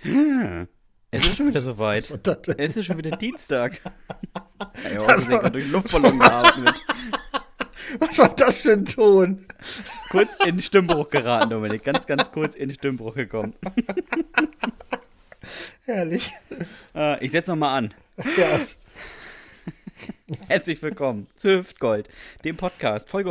Es ist schon wieder soweit. Und das, Es ist schon wieder Dienstag. Ich habe auch gerade durch den Luftballon geatmet. was war das für ein Ton? Kurz in Stimmbruch geraten, Dominik. Ganz, ganz kurz in Stimmbruch gekommen. Herrlich. Ich setze nochmal an. Ja, Herzlich willkommen zu Hüftgold, dem Podcast, Folge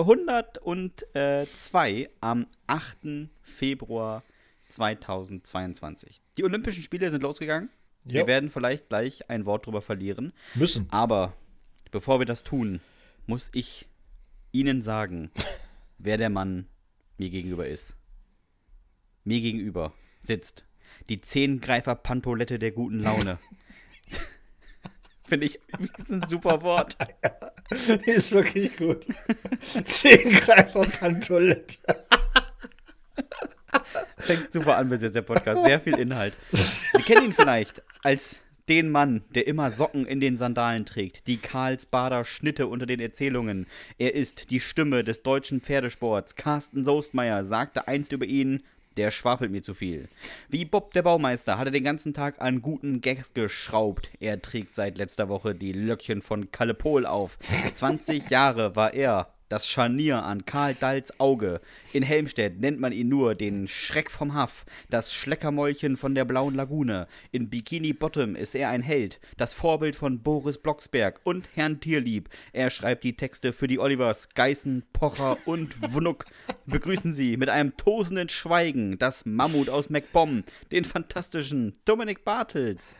102 am 8. Februar 2022. Die Olympischen Spiele sind losgegangen. Wir Jo. werden vielleicht gleich ein Wort drüber verlieren. müssen. Aber bevor wir das tun, muss ich Ihnen sagen, wer der Mann mir gegenüber ist. Mir gegenüber sitzt die Zehengreifer-Pantolette der guten Laune. Finde ich, das ist ein super Wort. Ist wirklich gut. Zehengreifer Pantolette. Fängt super an bis jetzt der Podcast. Sehr viel Inhalt. Sie kennen ihn vielleicht als den Mann, der immer Socken in den Sandalen trägt, die Karlsbader Schnitte unter den Erzählungen. Er ist die Stimme des deutschen Pferdesports. Carsten Soestmeier sagte einst über ihn: Der schwafelt mir zu viel. Wie Bob der Baumeister hat er den ganzen Tag an guten Gags geschraubt. Er trägt seit letzter Woche die Löckchen von Kalle Pohl auf. 20 Jahre war er das Scharnier an Karl Dahls Auge. In Helmstedt nennt man ihn nur den Schreck vom Haff, das Schleckermäulchen von der Blauen Lagune. In Bikini Bottom ist er ein Held, das Vorbild von Boris Blocksberg und Herrn Tierlieb. Er schreibt die Texte für die Olivers, Geißen, Pocher und Wnuck. Begrüßen Sie mit einem tosenden Schweigen das Mammut aus MacPom, den fantastischen Dominik Bartels.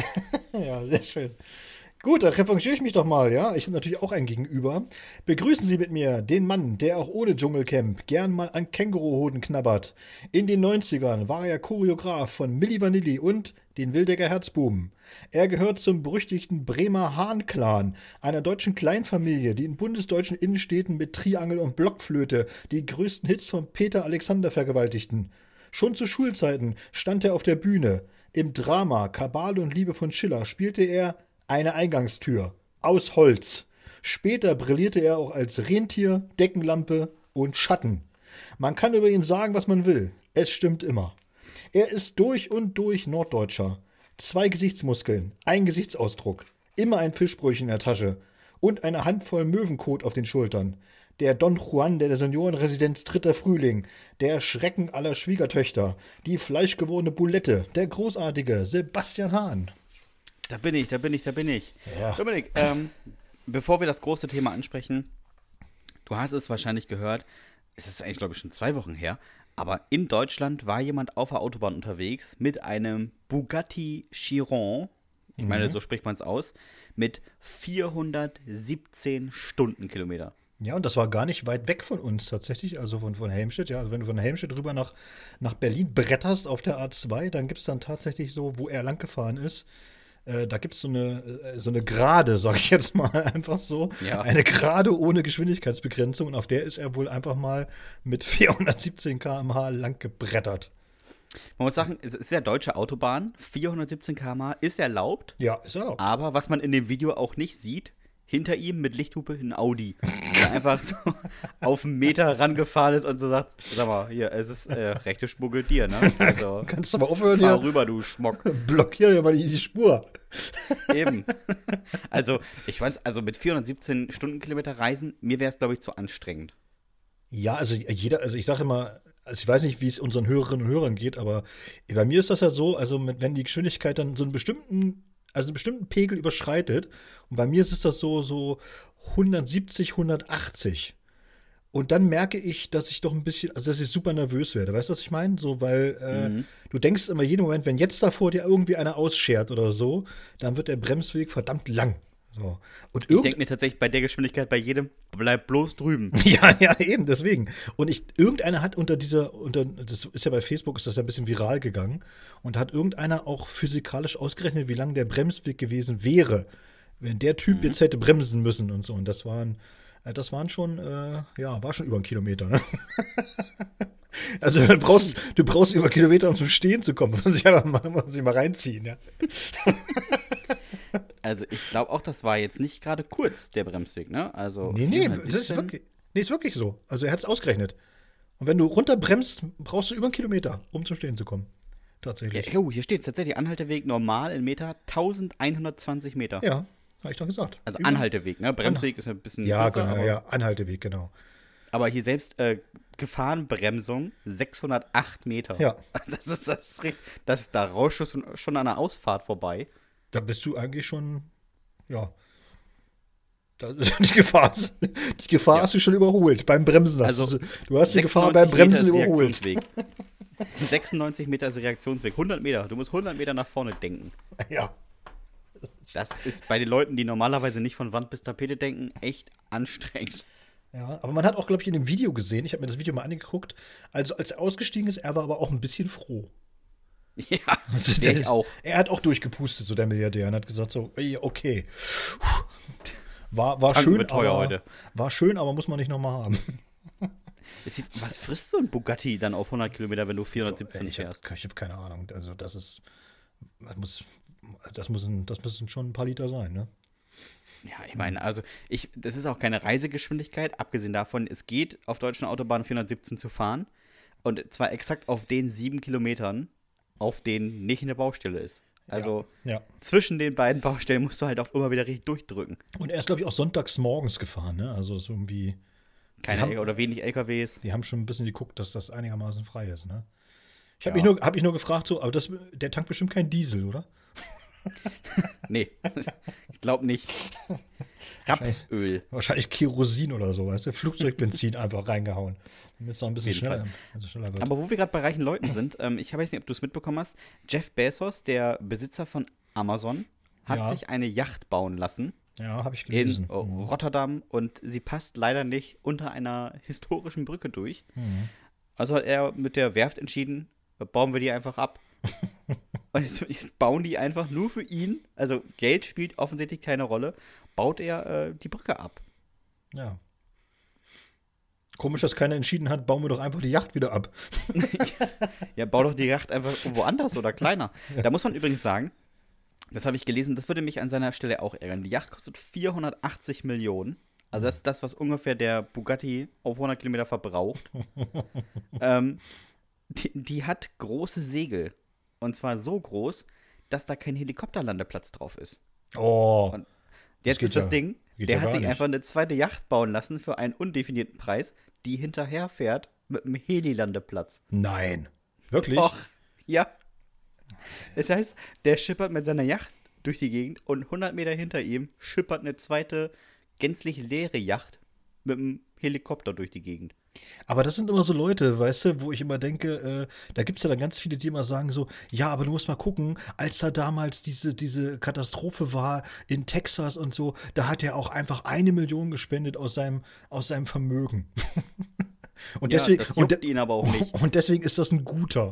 Ja, sehr schön. Gut, dann revanchiere ich mich doch mal, ja? Ich habe natürlich auch einen Gegenüber. Begrüßen Sie mit mir den Mann, der auch ohne Dschungelcamp gern mal an Känguruhoden knabbert. In den 90ern war er Choreograf von Milli Vanilli und den Wildecker Herzbuben. Er gehört zum berüchtigten Bremer Hahn-Clan, einer deutschen Kleinfamilie, die in bundesdeutschen Innenstädten mit Triangel und Blockflöte die größten Hits von Peter Alexander vergewaltigten. Schon zu Schulzeiten stand er auf der Bühne. Im Drama Kabale und Liebe von Schiller spielte er eine Eingangstür aus Holz. Später brillierte er auch als Rentier, Deckenlampe und Schatten. Man kann über ihn sagen, was man will. Es stimmt immer. Er ist durch und durch Norddeutscher. 2 Gesichtsmuskeln, ein Gesichtsausdruck, immer ein Fischbrötchen in der Tasche und eine Handvoll Möwenkot auf den Schultern. Der Don Juan der Seniorenresidenz Dritter Frühling, der Schrecken aller Schwiegertöchter, die fleischgewordene Bulette, der großartige Sebastian Hahn. Da bin ich. Ja. Dominik, bevor wir das große Thema ansprechen, du hast es wahrscheinlich gehört, es ist eigentlich, glaube ich, schon 2 Wochen her, aber in Deutschland war jemand auf der Autobahn unterwegs mit einem Bugatti Chiron, ich meine, so spricht man es aus, mit 417 Stundenkilometer. Ja, und das war gar nicht weit weg von uns tatsächlich, also von Helmstedt. Ja, also wenn du von Helmstedt rüber nach Berlin bretterst auf der A2, dann gibt es dann tatsächlich so, wo er lang gefahren ist, da gibt es so eine Gerade, sag ich jetzt mal einfach so. Ja. Eine Gerade ohne Geschwindigkeitsbegrenzung und auf der ist er wohl einfach mal mit 417 km/h lang gebrettert. Man muss sagen, es ist ja deutsche Autobahn, 417 km/h ist erlaubt, Ja, ist erlaubt. aber was man in dem Video auch nicht sieht, hinter ihm mit Lichthupe ein Audi, der einfach so auf einen Meter rangefahren ist und so sagt, sag mal, hier, es ist rechte Schmuggel dir, ne? Also, Kannst du aber aufhören, fahr ja, rüber, du Schmock. blockier ja mal die Spur. Eben. Also, ich fand's, also mit 417 Stundenkilometer Reisen, mir wäre es, glaube ich, zu anstrengend. Ja, also ich sage immer, also ich weiß nicht, wie es unseren Hörerinnen und Hörern geht, aber bei mir ist das ja so, also wenn die Geschwindigkeit dann so einen bestimmten Pegel überschreitet, und bei mir ist es das so 170, 180. Und dann merke ich, dass ich doch ein bisschen, also dass ich super nervös werde. Weißt du, was ich meine? So, weil du denkst immer jeden Moment, wenn jetzt da vor dir irgendwie einer ausschert oder so, dann wird der Bremsweg verdammt lang. So. Und Ich denke mir tatsächlich bei der Geschwindigkeit bei jedem, bleib bloß drüben. Ja, eben, deswegen. Und irgendeiner hat das ist ja bei Facebook, ist das ja ein bisschen viral gegangen, und da hat irgendeiner auch physikalisch ausgerechnet, wie lang der Bremsweg gewesen wäre, wenn der Typ jetzt hätte bremsen müssen und so. Und das waren schon, war schon über 1 Kilometer, ne? Also du brauchst über Kilometer, um zum Stehen zu kommen. Muss man sich mal reinziehen, ja. Also ich glaube auch, das war jetzt nicht gerade kurz, der Bremsweg, ne? Also Nee, ist wirklich so. Also er hat es ausgerechnet. Und wenn du runterbremst, brauchst du über 1 Kilometer, um zum Stehen zu kommen. tatsächlich. Ja, hier steht tatsächlich Anhalteweg normal in Meter 1120 Meter. Ja, habe ich doch gesagt. Also Anhalteweg, ne? Bremsweg ist ja ein bisschen Ja, kürzer, genau, aber, ja, Anhalteweg, genau. aber hier selbst Gefahrenbremsung 608 Meter. Ja. Das ist richtig. Das ist da Rausschuss schon an der Ausfahrt vorbei. Da bist du eigentlich schon, ja. Die Gefahr Ja. hast du schon überholt beim Bremsen. Also, Du hast die Gefahr beim 96 Meter Bremsen ist überholt. Reaktionsweg. 96 Meter ist Reaktionsweg. 100 Meter. Du musst 100 Meter nach vorne denken. Ja. Das ist bei den Leuten, die normalerweise nicht von Wand bis Tapete denken, echt anstrengend. Ja, aber man hat auch, glaube ich, in dem Video gesehen, ich habe mir das Video mal angeguckt, also als er ausgestiegen ist, er war aber auch ein bisschen froh. Ja, Also ich auch. Er hat auch durchgepustet, so der Milliardär, und hat gesagt so, ey, okay. War Tanken schön, wird teuer aber, heute. war schön, aber muss man nicht nochmal haben. Was frisst so ein Bugatti dann auf 100 Kilometer, wenn du 417 Ich habe fährst? keine Ahnung. Also das müssen schon ein paar Liter sein, ne? Ja, ich meine, also das ist auch keine Reisegeschwindigkeit. Abgesehen davon, es geht auf deutschen Autobahnen 417 zu fahren. Und zwar exakt auf den 7 Kilometern, auf denen nicht eine Baustelle ist. Also Ja. zwischen den beiden Baustellen musst du halt auch immer wieder richtig durchdrücken. Und er ist, glaube ich, auch sonntags morgens gefahren, ne? Also so irgendwie. Oder wenig LKWs. Die haben schon ein bisschen geguckt, dass das einigermaßen frei ist, ne? Ich Ja. hab mich nur gefragt, so, aber der tankt bestimmt kein Diesel, oder? Nee, ich glaube nicht. Rapsöl. Wahrscheinlich Kerosin oder so, weißt du? Flugzeugbenzin einfach reingehauen, damit es noch ein bisschen Auf jeden schneller wird. Aber wo wir gerade bei reichen Leuten sind, ich weiß nicht, ob du es mitbekommen hast, Jeff Bezos, der Besitzer von Amazon, hat Ja. sich eine Yacht bauen lassen Ja, habe ich in gelesen. Rotterdam und sie passt leider nicht unter einer historischen Brücke durch. Also hat er mit der Werft entschieden, bauen wir die einfach ab. Und jetzt bauen die einfach nur für ihn, also Geld spielt offensichtlich keine Rolle, baut er die Brücke ab. Ja. Komisch, dass keiner entschieden hat, bauen wir doch einfach die Yacht wieder ab. Ja, bau doch die Yacht einfach woanders oder kleiner. Da muss man übrigens sagen, das habe ich gelesen, das würde mich an seiner Stelle auch ärgern. Die Yacht kostet 480 Millionen. Also das ist das, was ungefähr der Bugatti auf 100 Kilometer verbraucht. Die hat große Segel. Und zwar so groß, dass da kein Helikopterlandeplatz drauf ist. Oh. Und jetzt geht ist das ja- Ding, geht der ja hat gar sich nicht. einfach eine zweite Yacht bauen lassen für einen undefinierten Preis, die hinterherfährt mit einem Helilandeplatz. Nein. Wirklich? Och, ja. Das heißt, der schippert mit seiner Yacht durch die Gegend und 100 Meter hinter ihm schippert eine zweite, gänzlich leere Yacht mit einem Helikopter durch die Gegend. Aber das sind immer so Leute, weißt du, wo ich immer denke, da gibt es ja dann ganz viele, die immer sagen so, ja, aber du musst mal gucken, als da damals diese Katastrophe war in Texas und so, da hat er auch einfach 1 Million gespendet aus seinem Vermögen. Und Ja, deswegen, das juckt ihn aber auch nicht. Und deswegen ist das ein guter.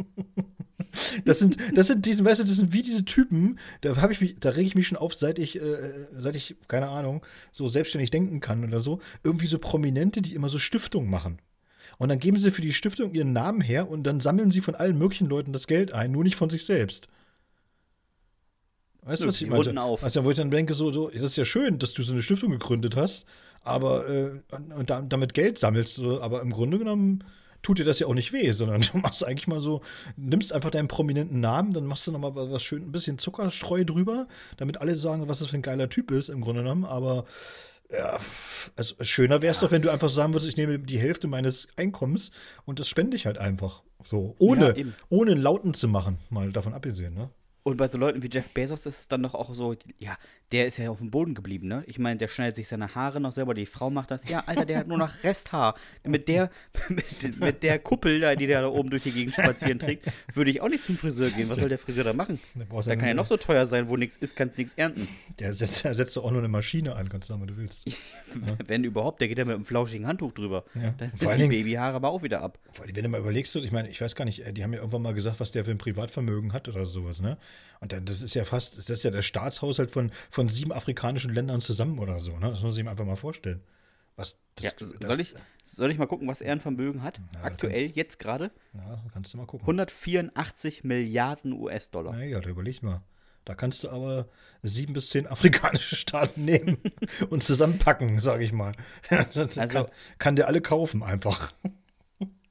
Das sind diesen, weißt du, das sind wie diese Typen, da rege ich mich schon auf, seit ich, keine Ahnung, so selbstständig denken kann oder so, irgendwie so Prominente, die immer so Stiftungen machen. Und dann geben sie für die Stiftung ihren Namen her und dann sammeln sie von allen möglichen Leuten das Geld ein, nur nicht von sich selbst. Weißt du, was ich Die meine? runden auf. Also, wo ich dann denke, so, das ist ja schön, dass du so eine Stiftung gegründet hast, aber und damit Geld sammelst, so, aber im Grunde genommen tut dir das ja auch nicht weh, sondern du machst eigentlich mal so, nimmst einfach deinen prominenten Namen, dann machst du nochmal was schön, ein bisschen Zuckerstreu drüber, damit alle sagen, was das für ein geiler Typ ist, im Grunde genommen, aber ja, also schöner wäre es doch, wenn du einfach sagen würdest, ich nehme die Hälfte meines Einkommens und das spende ich halt einfach. So, Ja, eben. ohne einen Lauten zu machen, mal davon abgesehen, ne? Und bei so Leuten wie Jeff Bezos ist es dann doch auch so, ja, der ist ja auf dem Boden geblieben, ne? Ich meine, der schneidet sich seine Haare noch selber, die Frau macht das. Ja, Alter, der hat nur noch Resthaar. Mit der Kuppel, die der da oben durch die Gegend spazieren trägt, würde ich auch nicht zum Friseur gehen. Was soll der Friseur da machen? Der kann ja noch so teuer sein, wo nichts ist, kannst nichts ernten. Der setzt doch auch nur eine Maschine an, kannst du sagen, was du willst. Wenn überhaupt, der geht ja mit einem flauschigen Handtuch drüber. Ja. Dann Vor sind allen die Dingen- Babyhaare aber auch wieder ab. Vor allem, wenn du mal überlegst, ich meine, ich weiß gar nicht, die haben ja irgendwann mal gesagt, was der für ein Privatvermögen hat oder sowas, ne? Und dann, das ist ja der Staatshaushalt von 7 afrikanischen Ländern zusammen oder so, ne? Das muss man sich einfach mal vorstellen. Ja, soll ich mal gucken, was er an Vermögen hat? Ja, Aktuell, jetzt gerade, Ja, kannst du mal gucken. 184 Milliarden US-Dollar. Naja, da überleg mal. Da kannst du aber 7 bis 10 afrikanische Staaten nehmen und zusammenpacken, sage ich mal. Das Also- kann der alle kaufen, einfach.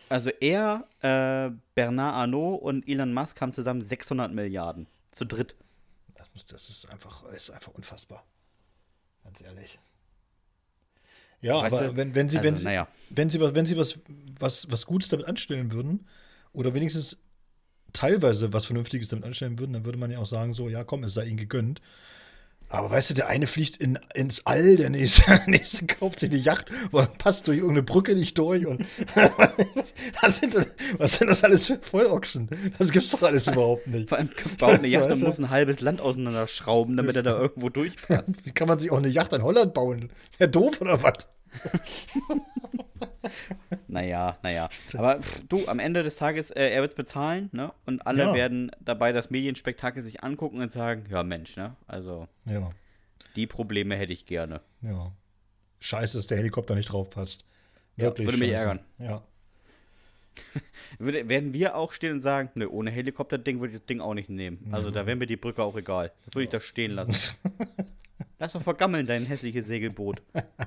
Also er, Bernard Arnault und Elon Musk haben zusammen 600 Milliarden. Zu dritt. Das ist einfach unfassbar. Ganz ehrlich. Ja, Weißt aber du, wenn sie naja. was Gutes damit anstellen würden, oder wenigstens teilweise was Vernünftiges damit anstellen würden, dann würde man ja auch sagen, so, ja komm, es sei ihnen gegönnt. Aber weißt du, der eine fliegt ins All, der nächste kauft sich eine Yacht, passt durch irgendeine Brücke nicht durch. Und was sind das alles für Vollochsen? Das gibt's doch alles überhaupt nicht. Vor allem baut eine Yacht und muss ein halbes Land auseinanderschrauben, damit er da irgendwo durchpasst. Wie kann man sich auch eine Yacht in Holland bauen? Ist ja doof oder was? Naja. Aber du, am Ende des Tages, er wird es bezahlen, ne? Und alle werden dabei das Medienspektakel sich angucken und sagen, ja Mensch, ne? Also, die Probleme hätte ich gerne. Ja. Scheiße, dass der Helikopter nicht drauf passt. Wirklich würde mich ärgern. Ja. Werden wir auch stehen und sagen, ne, ohne Helikopter-Ding würde ich das Ding auch nicht nehmen. Also da wäre mir die Brücke auch egal. Das würde ich da stehen lassen. Lass doch vergammeln, dein hässliches Segelboot.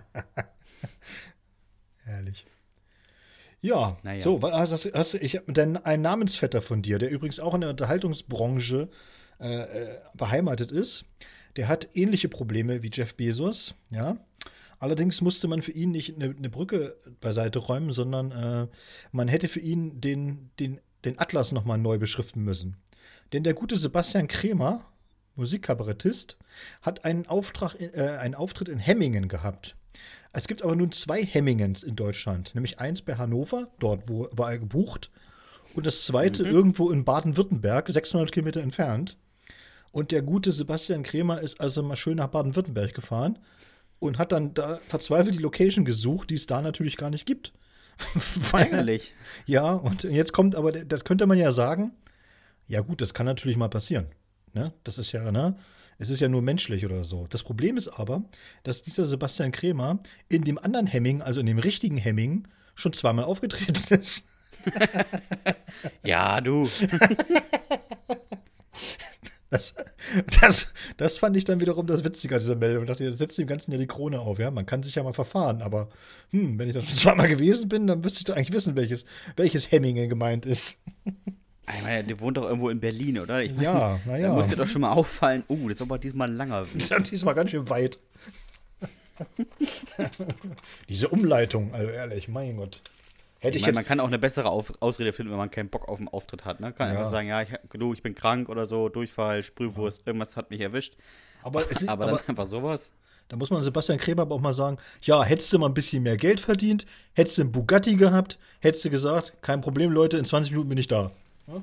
Herrlich. Ja, naja. So, ich habe einen Namensvetter von dir, der übrigens auch in der Unterhaltungsbranche beheimatet ist. Der hat ähnliche Probleme wie Jeff Bezos, ja. Allerdings musste man für ihn nicht eine Brücke beiseite räumen, sondern man hätte für ihn den Atlas nochmal neu beschriften müssen. Denn der gute Sebastian Kremer, Musikkabarettist, hat einen Auftritt in Hemmingen gehabt. Es gibt aber nun 2 Hemmingens in Deutschland, nämlich eins bei Hannover, dort war er gebucht, und das zweite irgendwo in Baden-Württemberg, 600 Kilometer entfernt. Und der gute Sebastian Kremer ist also mal schön nach Baden-Württemberg gefahren und hat dann da verzweifelt die Location gesucht, die es da natürlich gar nicht gibt. Eigentlich. Ja, und jetzt kommt aber, das könnte man ja sagen, ja gut, das kann natürlich mal passieren. Ne? Das ist ja, ne? Es ist ja nur menschlich oder so. Das Problem ist aber, dass dieser Sebastian Kremer in dem anderen Hemming, also in dem richtigen Hemming, schon 2-mal aufgetreten ist. Ja, du. Das fand ich dann wiederum das Witzige an dieser Meldung. Ich dachte, jetzt setzt dem Ganzen ja die Krone auf. Ja? Man kann sich ja mal verfahren, aber wenn ich da schon 2-mal gewesen bin, dann müsste ich doch eigentlich wissen, welches Hemmingen gemeint ist. Ich meine, der wohnt doch irgendwo in Berlin, oder? Ich meine, ja, naja. Da muss dir doch schon mal auffallen, das ist aber diesmal ein langer Weg. Diesmal ganz schön weit. Diese Umleitung, also ehrlich, mein Gott. Man kann auch eine bessere Ausrede finden, wenn man keinen Bock auf den Auftritt hat. Ne? Kann einfach sagen, ich bin krank oder so, Durchfall, Sprühwurst, irgendwas hat mich erwischt. Aber dann einfach sowas. Da muss man Sebastian Kremer aber auch mal sagen, ja, hättest du mal ein bisschen mehr Geld verdient, hättest du einen Bugatti gehabt, hättest du gesagt, kein Problem, Leute, in 20 Minuten bin ich da. Ja?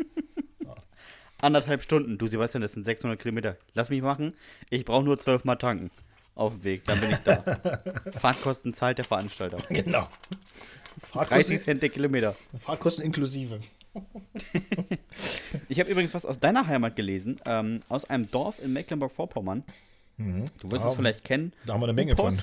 1,5 Stunden. Du, Sebastian, das sind 600 Kilometer. Lass mich machen. Ich brauche nur 12 Mal tanken. Auf dem Weg, dann bin ich da. Fahrtkosten zahlt der Veranstalter. Genau. 30 Cent der Kilometer. Fahrtkosten inklusive. Ich habe übrigens was aus deiner Heimat gelesen. Aus einem Dorf in Mecklenburg-Vorpommern. Du wirst es vielleicht kennen. Da haben wir eine Menge von.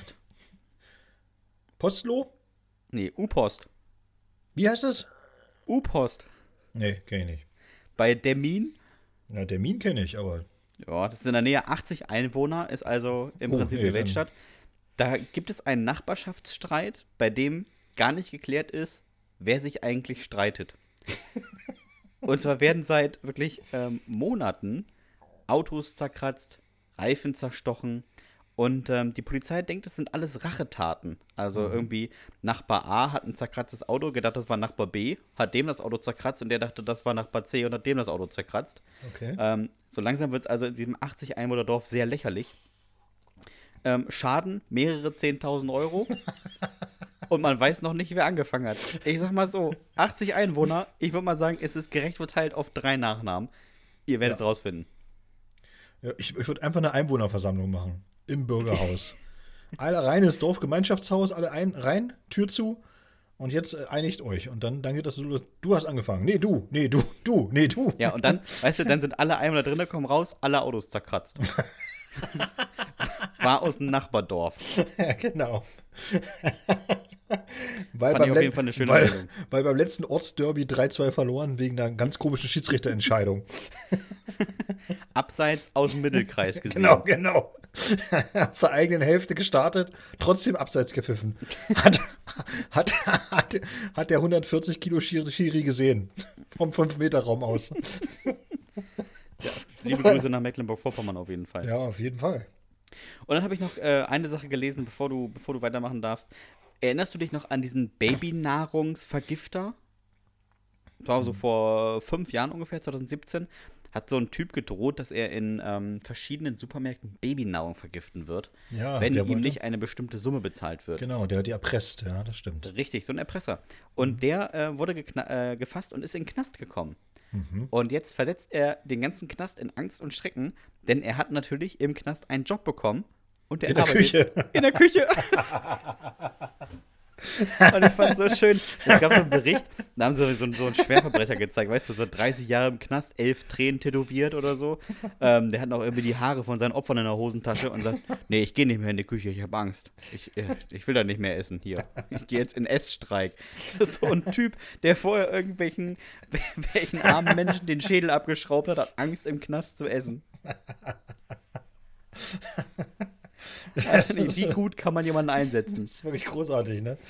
Postlo? Nee, U-Post. Wie heißt es? U-Post. Nee, kenne ich nicht. Bei Demmin. Ja, Demmin kenne ich, aber. Ja, das ist in der Nähe 80 Einwohner, ist also im Prinzip eine Weltstadt. Da gibt es einen Nachbarschaftsstreit, bei dem gar nicht geklärt ist, wer sich eigentlich streitet. Und zwar werden seit wirklich Monaten Autos zerkratzt, Reifen zerstochen und die Polizei denkt, das sind alles Rachetaten. Also irgendwie Nachbar A hat ein zerkratztes Auto, gedacht, das war Nachbar B, hat dem das Auto zerkratzt und der dachte, das war Nachbar C und hat dem das Auto zerkratzt. Okay. So langsam wird es also in diesem 80-Einwohner-Dorf sehr lächerlich. Schaden mehrere 10.000 Euro. Und man weiß noch nicht, wer angefangen hat. Ich sag mal so, 80 Einwohner, ich würde mal sagen, es ist gerecht verteilt auf 3 Nachnamen. Ihr werdet es rausfinden. Ja, ich würde einfach eine Einwohnerversammlung machen. Im Bürgerhaus. Alle rein ins Dorfgemeinschaftshaus, alle rein, Tür zu. Und jetzt einigt euch. Und dann geht das so, du hast angefangen. Nee, du. Ja, und dann, weißt du, dann sind alle Einwohner drin, kommen raus, alle Autos zerkratzt. War aus dem Nachbardorf. Ja, genau. Fand ich auf jeden Fall eine schöne Meldung. Weil beim letzten Ortsderby 3-2 verloren, wegen einer ganz komischen Schiedsrichterentscheidung. Abseits aus dem Mittelkreis gesehen. Genau. Aus der eigenen Hälfte gestartet, trotzdem abseits gepfiffen. hat, hat der 140 Kilo Schiri gesehen. Vom 5-Meter-Raum aus. Ja, liebe Grüße nach Mecklenburg-Vorpommern auf jeden Fall. Ja, auf jeden Fall. Und dann habe ich noch eine Sache gelesen, bevor du weitermachen darfst. Erinnerst du dich noch an diesen Babynahrungsvergifter? Das war so vor 5 Jahren ungefähr, 2017. Hat so ein Typ gedroht, dass er in verschiedenen Supermärkten Babynahrung vergiften wird, Ja, wenn der ihm wollte- nicht eine bestimmte Summe bezahlt wird. Genau, der hat die erpresst, ja, das stimmt. Richtig, so ein Erpresser. Und der wurde gefasst und ist in den Knast gekommen. Mhm. Und jetzt versetzt er den ganzen Knast in Angst und Schrecken, denn er hat natürlich im Knast einen Job bekommen. Und der In der arbeitet Küche. in der Küche. Und ich fand es so schön. Es gab so einen Bericht, da haben sie so einen Schwerverbrecher gezeigt, weißt du, so 30 Jahre im Knast, 11 Tränen tätowiert oder so. Der hat noch irgendwie die Haare von seinen Opfern in der Hosentasche und sagt, nee, ich gehe nicht mehr in die Küche, ich habe Angst. Ich will da nicht mehr essen hier. Ich gehe jetzt in Essstreik. Das ist so ein Typ, der vorher welchen armen Menschen den Schädel abgeschraubt hat Angst im Knast zu essen. Also, wie gut kann man jemanden einsetzen? Das ist wirklich großartig, ne?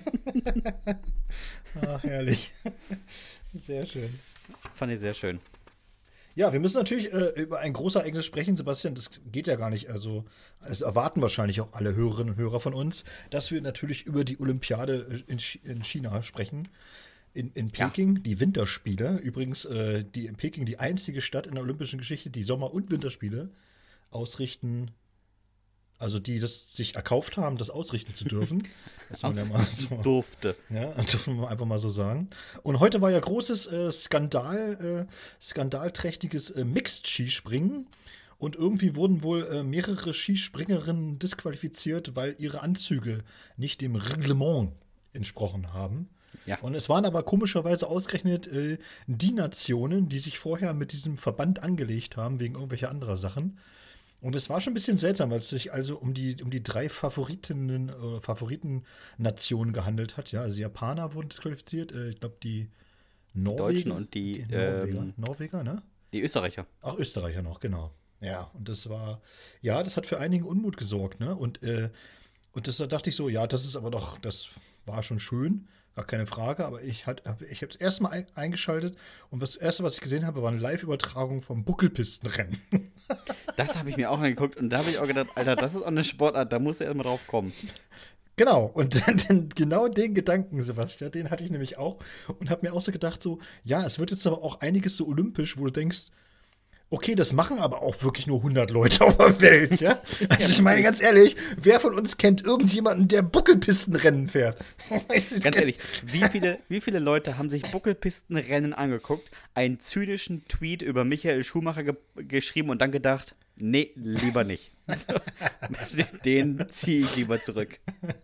Ach, herrlich. Sehr schön. Fand ich sehr schön. Ja, wir müssen natürlich über ein großes Ereignis sprechen, Sebastian. Das geht ja gar nicht. Also, es erwarten wahrscheinlich auch alle Hörerinnen und Hörer von uns, dass wir natürlich über die Olympiade in China sprechen. In Peking, die Winterspiele. Übrigens, in Peking die einzige Stadt in der olympischen Geschichte, die Sommer- und Winterspiele ausrichten. Also die das sich erkauft haben, das ausrichten zu dürfen. Das man ja mal so, Durfte. ja, das dürfen wir einfach mal so sagen. Und heute war ja großes skandalträchtiges Mixed-Skispringen. Und irgendwie wurden wohl mehrere Skispringerinnen disqualifiziert, weil ihre Anzüge nicht dem Reglement entsprochen haben. Ja. Und es waren aber komischerweise ausgerechnet die Nationen, die sich vorher mit diesem Verband angelegt haben, wegen irgendwelcher anderer Sachen. Und es war schon ein bisschen seltsam, weil es sich also um die 3 Favoritennationen gehandelt hat. Ja, also die Japaner wurden disqualifiziert. Ich glaube, die Norweger. Deutschen und die Norweger, ne? Die Österreicher. Auch Österreicher noch, genau. Ja, und das hat für einigen Unmut gesorgt, ne? Und deshalb dachte ich so, ja, das war schon schön, gar keine Frage, aber ich habe es erstmal eingeschaltet und das erste, was ich gesehen habe, war eine Live-Übertragung vom Buckelpistenrennen. Das habe ich mir auch angeguckt und da habe ich auch gedacht, Alter, das ist auch eine Sportart, da muss er erstmal drauf kommen. Genau, und genau den Gedanken, Sebastian, den hatte ich nämlich auch und habe mir auch so gedacht, so, ja, es wird jetzt aber auch einiges so olympisch, wo du denkst, okay, das machen aber auch wirklich nur 100 Leute auf der Welt, ja? Also ich meine, ganz ehrlich, wer von uns kennt irgendjemanden, der Buckelpistenrennen fährt? Ganz ehrlich, wie viele Leute haben sich Buckelpistenrennen angeguckt, einen zynischen Tweet über Michael Schumacher geschrieben und dann gedacht, nee, lieber nicht. Den ziehe ich lieber zurück.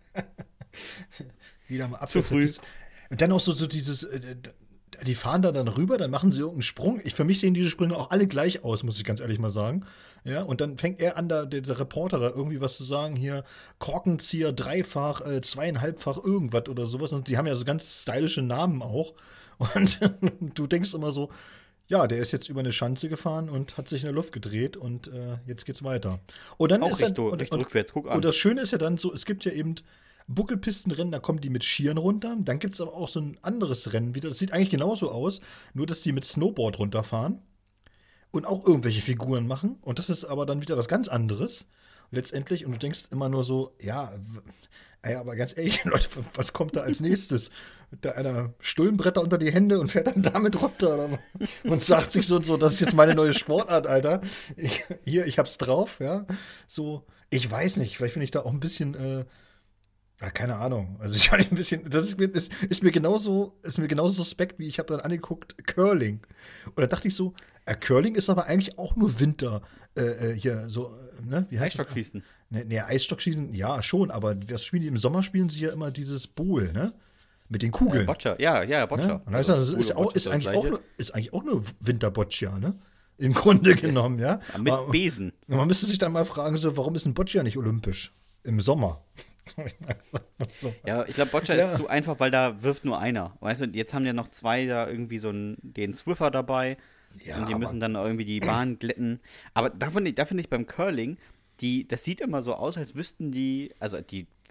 Wieder mal Zu früh. Und dann auch so dieses, die fahren da dann rüber, dann machen sie irgendeinen Sprung. Für mich sehen diese Sprünge auch alle gleich aus, muss ich ganz ehrlich mal sagen. Ja, und dann fängt er an, der Reporter da irgendwie was zu sagen, hier Korkenzieher, dreifach, 2,5-fach irgendwas oder sowas. Und die haben ja so ganz stylische Namen auch. Und du denkst immer so, ja, der ist jetzt über eine Schanze gefahren und hat sich in der Luft gedreht und jetzt geht's weiter. Und dann Auch ist recht rückwärts, guck an. Und das Schöne ist ja dann so, es gibt ja eben Buckelpistenrennen, da kommen die mit Skiern runter. Dann gibt es aber auch so ein anderes Rennen wieder. Das sieht eigentlich genauso aus, nur dass die mit Snowboard runterfahren und auch irgendwelche Figuren machen. Und das ist aber dann wieder was ganz anderes. Letztendlich, und du denkst immer nur so, ja, aber ganz ehrlich, Leute, was kommt da als nächstes? Da einer Stullenbretter unter die Hände und fährt dann damit runter oder? Und sagt sich so und so, das ist jetzt meine neue Sportart, Alter. Ich hab's drauf, ja. So, ich weiß nicht, vielleicht bin ich da auch ein bisschen ja, keine Ahnung. Also ich habe ein bisschen, das ist mir genauso suspekt, wie ich habe dann angeguckt, Curling. Und da dachte ich so, Curling ist aber eigentlich auch nur Winter, hier so, ne? Wie heißt das? Eisstockschießen. Ne, Eisstockschießen, ja, schon, aber was spielen die im Sommer? Spielen sie ja immer dieses Bowl, ne? Mit den Kugeln. Boccia, ja, Boccia. Ne? Und also, das ist eigentlich auch nur Winter-Boccia, ne? Im Grunde genommen, ja. Ja, mit Besen. Und man müsste sich dann mal fragen, so, warum ist ein Boccia nicht olympisch? Im Sommer. So. Ja, ich glaube, Boccia ist zu einfach, weil da wirft nur einer. Weißt du, jetzt haben ja noch 2 da irgendwie den Swiffer dabei. Ja, und die müssen dann irgendwie die Bahn glätten.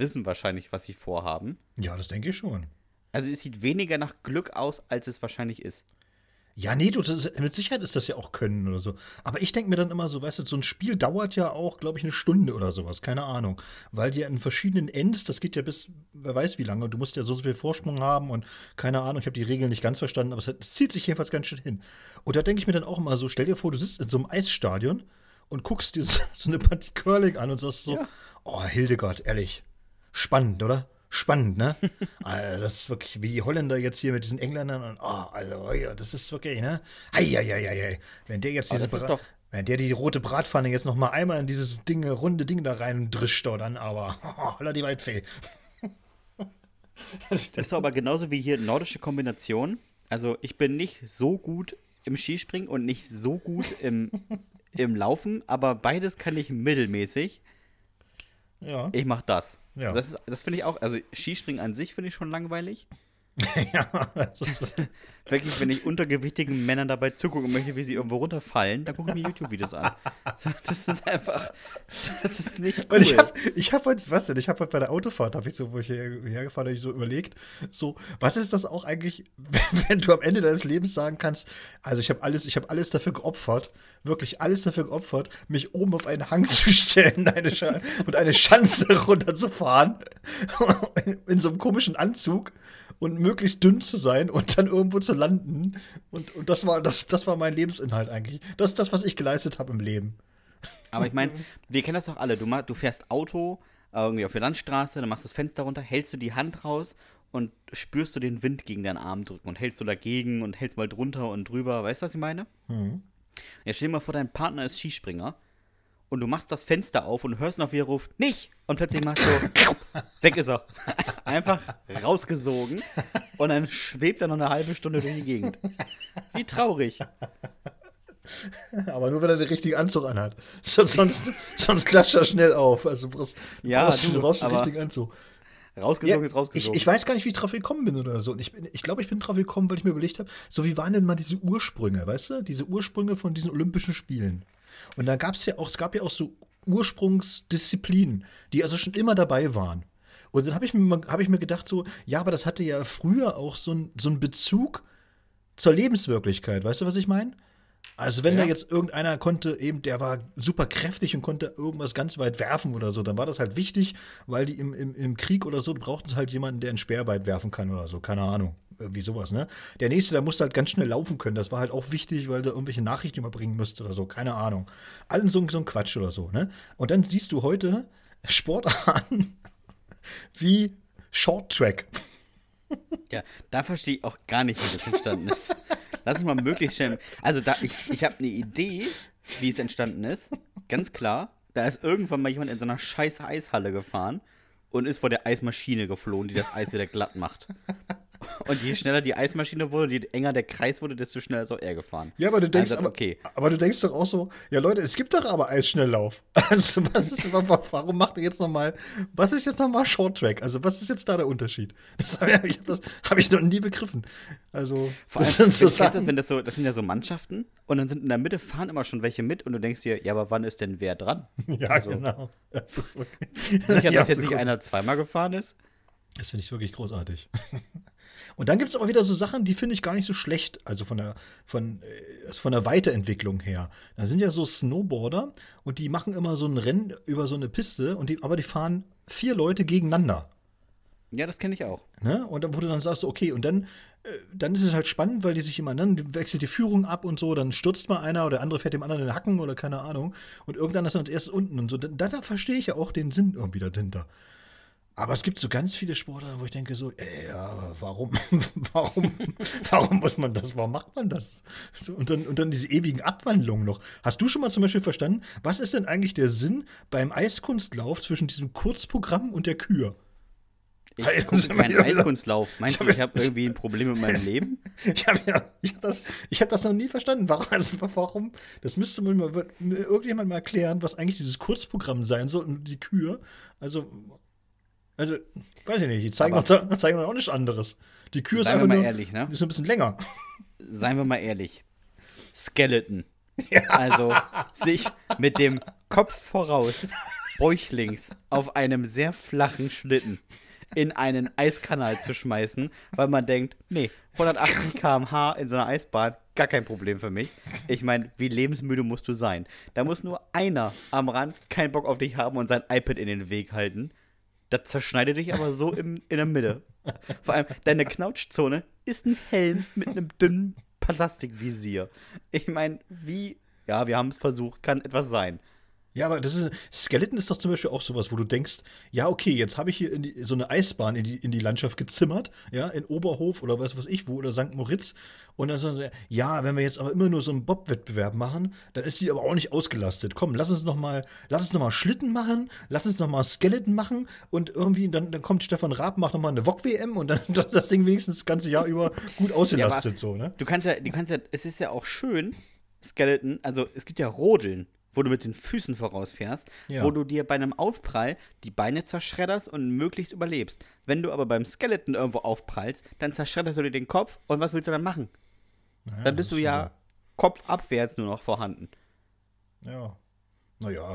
wissen wahrscheinlich, was sie vorhaben. Ja, das denke ich schon. Also es sieht weniger nach Glück aus, als es wahrscheinlich ist. Ja, nee, mit Sicherheit ist das ja auch Können oder so. Aber ich denke mir dann immer so, weißt du, so ein Spiel dauert ja auch, glaube ich, eine Stunde oder sowas, keine Ahnung. Weil die in verschiedenen Ends, das geht ja bis, wer weiß wie lange, und du musst ja so viel Vorsprung haben und keine Ahnung, ich habe die Regeln nicht ganz verstanden, aber es zieht sich jedenfalls ganz schön hin. Und da denke ich mir dann auch immer so, stell dir vor, du sitzt in so einem Eisstadion und guckst dir so eine Partie Curling an und sagst so, oh, Hildegard, ehrlich, spannend, oder? Spannend, ne? Also, das ist wirklich wie die Holländer jetzt hier mit diesen Engländern und ja, das ist wirklich, ne? Eieieiei. Wenn der jetzt wenn der die rote Bratpfanne jetzt noch mal einmal in dieses runde Ding da rein drischt, dann aber, holla die Waldfee. Das ist doch aber genauso wie hier nordische Kombination. Also ich bin nicht so gut im Skispringen und nicht so gut im Laufen, aber beides kann ich mittelmäßig. Ja. Ich mach das. Ja. Das finde ich auch, also Skispringen an sich finde ich schon langweilig. Ja, das ist Wirklich, wenn ich untergewichtigen Männern dabei zugucken möchte, wie sie irgendwo runterfallen, dann gucke ich mir YouTube-Videos an. Das ist einfach, das ist nicht cool. Und ich hab heute, was denn? Ich habe heute bei der Autofahrt, wo ich hierher gefahren habe, ich so überlegt, so, was ist das auch eigentlich, wenn du am Ende deines Lebens sagen kannst, also ich habe alles dafür geopfert, wirklich alles dafür geopfert, mich oben auf einen Hang zu stellen und eine Schanze runterzufahren, in so einem komischen Anzug und möglichst dünn zu sein und dann irgendwo zu landen. Und das war mein Lebensinhalt eigentlich. Das ist das, was ich geleistet habe im Leben. Aber ich meine, wir kennen das doch alle. Du fährst Auto irgendwie auf der Landstraße, dann machst du das Fenster runter, hältst du die Hand raus und spürst du den Wind gegen deinen Arm drücken und hältst du dagegen und hältst mal drunter und drüber. Weißt du, was ich meine? Mhm. Jetzt stell dir mal vor, dein Partner ist Skispringer und du machst das Fenster auf und hörst noch, wie er ruft, nicht! Und plötzlich machst du, weg ist er. Einfach rausgesogen und dann schwebt er noch eine halbe Stunde durch die Gegend. Wie traurig. Aber nur, wenn er den richtigen Anzug anhat. Sonst klatscht er schnell auf. Also du brauchst den richtigen Anzug. Rausgesogen ist rausgesogen. Ich weiß gar nicht, wie ich drauf gekommen bin oder so. Und ich glaube, ich bin drauf gekommen, weil ich mir überlegt habe, so wie waren denn mal diese Ursprünge, weißt du? Diese Ursprünge von diesen Olympischen Spielen. Und da gab es ja auch so Ursprungsdisziplinen, die also schon immer dabei waren. Und dann habe ich mir gedacht so, ja, aber das hatte ja früher auch so einen Bezug zur Lebenswirklichkeit. Weißt du, was ich meine? Also wenn da jetzt irgendeiner der war super kräftig und konnte irgendwas ganz weit werfen oder so, dann war das halt wichtig, weil die im Krieg oder so brauchten sie halt jemanden, der einen Speer weit werfen kann oder so, keine Ahnung, irgendwie sowas, ne? Der Nächste, der musste halt ganz schnell laufen können, das war halt auch wichtig, weil der irgendwelche Nachrichten überbringen müsste oder so, keine Ahnung. Allen so ein Quatsch oder so, ne? Und dann siehst du heute Sportarten wie Short Track. Ja, da verstehe ich auch gar nicht, wie das entstanden ist. Lass uns mal möglichst schnell. Also, ich habe eine Idee, wie es entstanden ist. Ganz klar. Da ist irgendwann mal jemand in so einer scheiß Eishalle gefahren und ist vor der Eismaschine geflohen, die das Eis wieder glatt macht. Und je schneller die Eismaschine wurde, je enger der Kreis wurde, desto schneller ist auch er gefahren. Ja, aber du denkst, also, okay. aber du denkst doch auch so, ja Leute, es gibt doch aber Eisschnelllauf. Also warum macht ihr jetzt nochmal, was ist jetzt nochmal Short Track? Also was ist jetzt da der Unterschied? Das habe ich noch nie begriffen. Also, vor allem, das sind ja so Mannschaften und dann sind in der Mitte fahren immer schon welche mit und du denkst dir, ja, aber wann ist denn wer dran? Ja, also, genau. Das ist wirklich, sicher, dass jetzt nicht einer zweimal gefahren ist? Das finde ich wirklich großartig. Und dann gibt es aber wieder so Sachen, die finde ich gar nicht so schlecht, also von der Weiterentwicklung her. Da sind ja so Snowboarder und die machen immer so ein Rennen über so eine Piste, aber die fahren 4 Leute gegeneinander. Ja, das kenne ich auch. Ne? Und dann, wo du dann sagst, okay, und dann ist es halt spannend, weil die sich immer dann wechselt die Führung ab und so, dann stürzt mal einer oder der andere fährt dem anderen in den Hacken oder keine Ahnung. Und irgendwann ist dann als erstes unten und so. Da verstehe ich ja auch den Sinn irgendwie dahinter. Aber es gibt so ganz viele Sportarten, wo ich denke so, ja, warum muss man das, warum macht man das? So, und dann diese ewigen Abwandlungen noch. Hast du schon mal zum Beispiel verstanden, was ist denn eigentlich der Sinn beim Eiskunstlauf zwischen diesem Kurzprogramm und der Kür? Ich gucke keinen Eiskunstlauf. Meinst du, ich habe irgendwie ein Problem mit meinem Leben? Ich hab das noch nie verstanden. Warum? Das müsste mir irgendjemand mal erklären, was eigentlich dieses Kurzprogramm sein soll und die Kür. Also, weiß ich nicht, die zeigen doch auch nichts anderes. Die Kür ist einfach nur, ehrlich, ne? Ist ein bisschen länger. Seien wir mal ehrlich. Skeleton. Ja. Also sich mit dem Kopf voraus bäuchlings auf einem sehr flachen Schlitten in einen Eiskanal zu schmeißen, weil man denkt, nee, 180 km/h in so einer Eisbahn, gar kein Problem für mich. Ich meine, wie lebensmüde musst du sein? Da muss nur einer am Rand keinen Bock auf dich haben und sein iPad in den Weg halten. Das zerschneidet dich aber so in der Mitte. Vor allem, deine Knautschzone ist ein Helm mit einem dünnen Plastikvisier. Ich meine, ja, wir haben es versucht, kann etwas sein. Ja, aber Skeleton ist doch zum Beispiel auch sowas, wo du denkst, ja, okay, jetzt habe ich hier so eine Eisbahn in die Landschaft gezimmert, ja, in Oberhof oder was weiß ich wo oder St. Moritz. Und dann sagen sie, ja, wenn wir jetzt aber immer nur so einen Bob-Wettbewerb machen, dann ist die aber auch nicht ausgelastet. Komm, lass uns noch mal Schlitten machen, lass uns noch mal Skeleton machen und irgendwie, dann kommt Stefan Raab, macht noch mal eine VOG-WM und dann ist das Ding wenigstens das ganze Jahr über gut ausgelastet, so, ne? Du kannst ja, es ist ja auch schön, Skeleton, also es gibt ja Rodeln, wo du mit den Füßen vorausfährst, Ja. wo du dir bei einem Aufprall die Beine zerschredderst und möglichst überlebst. Wenn du aber beim Skeleton irgendwo aufprallst, dann zerschredderst du dir den Kopf und was willst du dann machen? Naja, Dann bist du ja kopfabwärts nur noch vorhanden. Ja. Naja.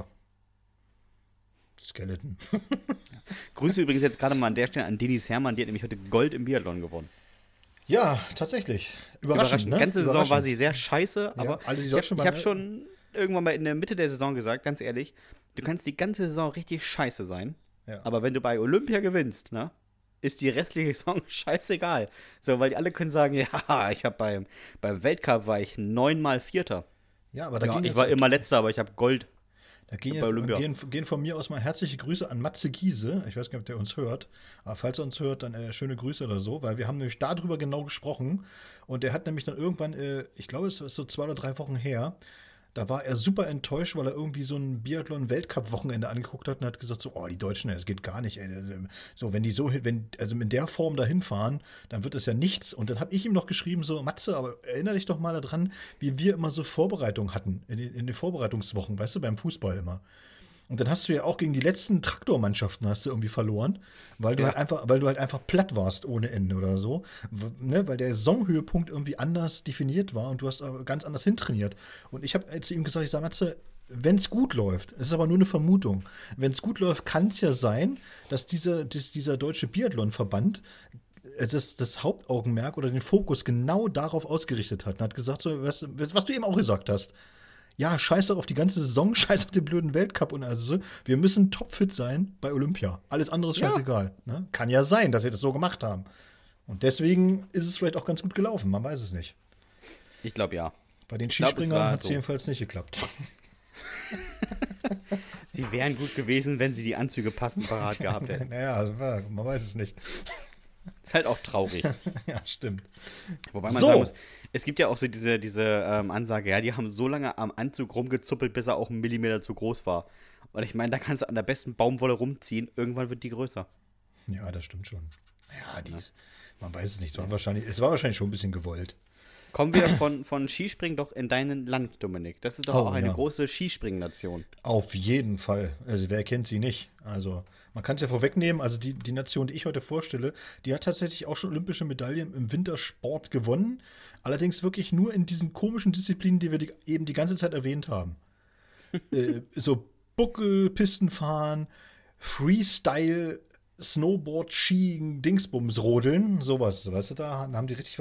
Skeleton. Grüße übrigens jetzt gerade mal an der Stelle an Denis Herrmann, die hat nämlich heute Gold im Biathlon gewonnen. Ja, tatsächlich. Überraschend, Die ne? ganze Saison Überraschend. war sie sehr scheiße, Ja, aber alle, die ich Deutschen habe waren- schon irgendwann mal in der Mitte der Saison gesagt, ganz ehrlich, du kannst die ganze Saison richtig scheiße sein, Ja. aber wenn du bei Olympia gewinnst, ne, ist die restliche Saison scheißegal. So, weil die alle können sagen, ja, ich habe beim Weltcup war ich 9-mal Vierter. Ja, aber da Ja, gehen ich jetzt- war immer Letzter, aber ich habe Gold. Da gehen, bei Olympia. gehen von mir aus mal herzliche Grüße an Matze Giese. Ich weiß gar nicht, ob der uns hört. Aber falls er uns hört, dann schöne Grüße oder so, weil wir haben nämlich darüber genau gesprochen. Und er hat nämlich dann irgendwann, ich glaube, es ist so 2 oder 3 Wochen her, da war er super enttäuscht, weil er irgendwie so ein Biathlon-Weltcup-Wochenende angeguckt hat und hat gesagt so, oh, die Deutschen, es geht gar nicht. Ey. So, also in der Form dahin fahren, dann wird das ja nichts. Und dann habe ich ihm noch geschrieben so, Matze, aber erinnere dich doch mal daran, wie wir immer so Vorbereitung hatten, in den Vorbereitungswochen, weißt du, beim Fußball immer. Und dann hast du ja auch gegen die letzten Traktormannschaften hast du irgendwie verloren, weil du halt einfach platt warst ohne Ende oder so, ne? Weil der Saisonhöhepunkt irgendwie anders definiert war und du hast ganz anders hintrainiert. Und ich habe zu ihm gesagt, ich sage, Matze, wenn es gut läuft, es ist aber nur eine Vermutung, wenn es gut läuft, kann es ja sein, dass dieser deutsche Biathlonverband das Hauptaugenmerk oder den Fokus genau darauf ausgerichtet hat und hat gesagt, so, was du eben auch gesagt hast, ja, scheiß doch auf die ganze Saison, scheiß auf den blöden Weltcup und also so. Wir müssen topfit sein bei Olympia. Alles andere ist scheißegal. Ne? Kann ja sein, dass sie das so gemacht haben. Und deswegen ist es vielleicht auch ganz gut gelaufen. Man weiß es nicht. Ich glaube ja. Bei den glaub, es Skispringern war hat es so. jedenfalls nicht geklappt. Sie wären gut gewesen, wenn sie die Anzüge passend parat gehabt hätten. Naja, also, man weiß es nicht. Ist halt auch traurig. Ja, stimmt. Wobei man So. sagen muss, es gibt ja auch so diese Ansage, ja, die haben so lange am Anzug rumgezuppelt, bis er auch 1 Millimeter zu groß war. Und ich meine, da kannst du an der besten Baumwolle rumziehen, irgendwann wird die größer. Ja, das stimmt schon. Ja, man weiß es nicht. Es war wahrscheinlich schon ein bisschen gewollt. Kommen wir von Skispringen doch in dein Land, Dominik. Das ist doch auch eine ja. große Skispringnation. Auf jeden Fall. Also wer kennt sie nicht? Also man kann es ja vorwegnehmen, also die Nation, die ich heute vorstelle, die hat tatsächlich auch schon olympische Medaillen im Wintersport gewonnen. Allerdings wirklich nur in diesen komischen Disziplinen, die wir eben die ganze Zeit erwähnt haben. So Buckel, Pistenfahren, Freestyle, Snowboard, Skiing, Dingsbums, Rodeln, sowas. Weißt du, da haben die richtig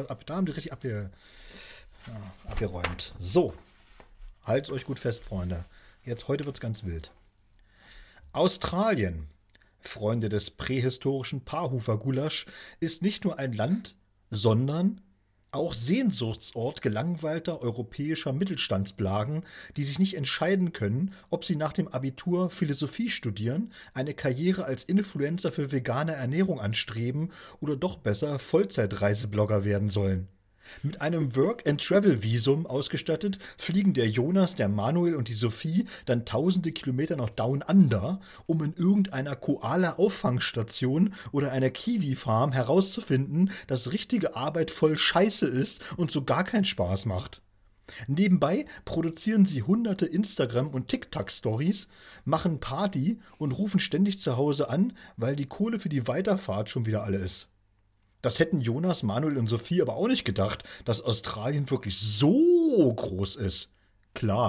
abgeräumt. So, haltet euch gut fest, Freunde. Heute wird's ganz wild. Australien, Freunde des prähistorischen Paarhufer-Gulasch, ist nicht nur ein Land, sondern auch Sehnsuchtsort gelangweilter europäischer Mittelstandsblagen, die sich nicht entscheiden können, ob sie nach dem Abitur Philosophie studieren, eine Karriere als Influencer für vegane Ernährung anstreben oder doch besser Vollzeitreiseblogger werden sollen. Mit einem Work-and-Travel-Visum ausgestattet, fliegen der Jonas, der Manuel und die Sophie dann tausende Kilometer nach Down Under, um in irgendeiner Koala-Auffangstation oder einer Kiwi-Farm herauszufinden, dass richtige Arbeit voll Scheiße ist und so gar keinen Spaß macht. Nebenbei produzieren sie hunderte Instagram- und TikTok-Stories, machen Party und rufen ständig zu Hause an, weil die Kohle für die Weiterfahrt schon wieder alle ist. Das hätten Jonas, Manuel und Sophie aber auch nicht gedacht, dass Australien wirklich so groß ist. Klar,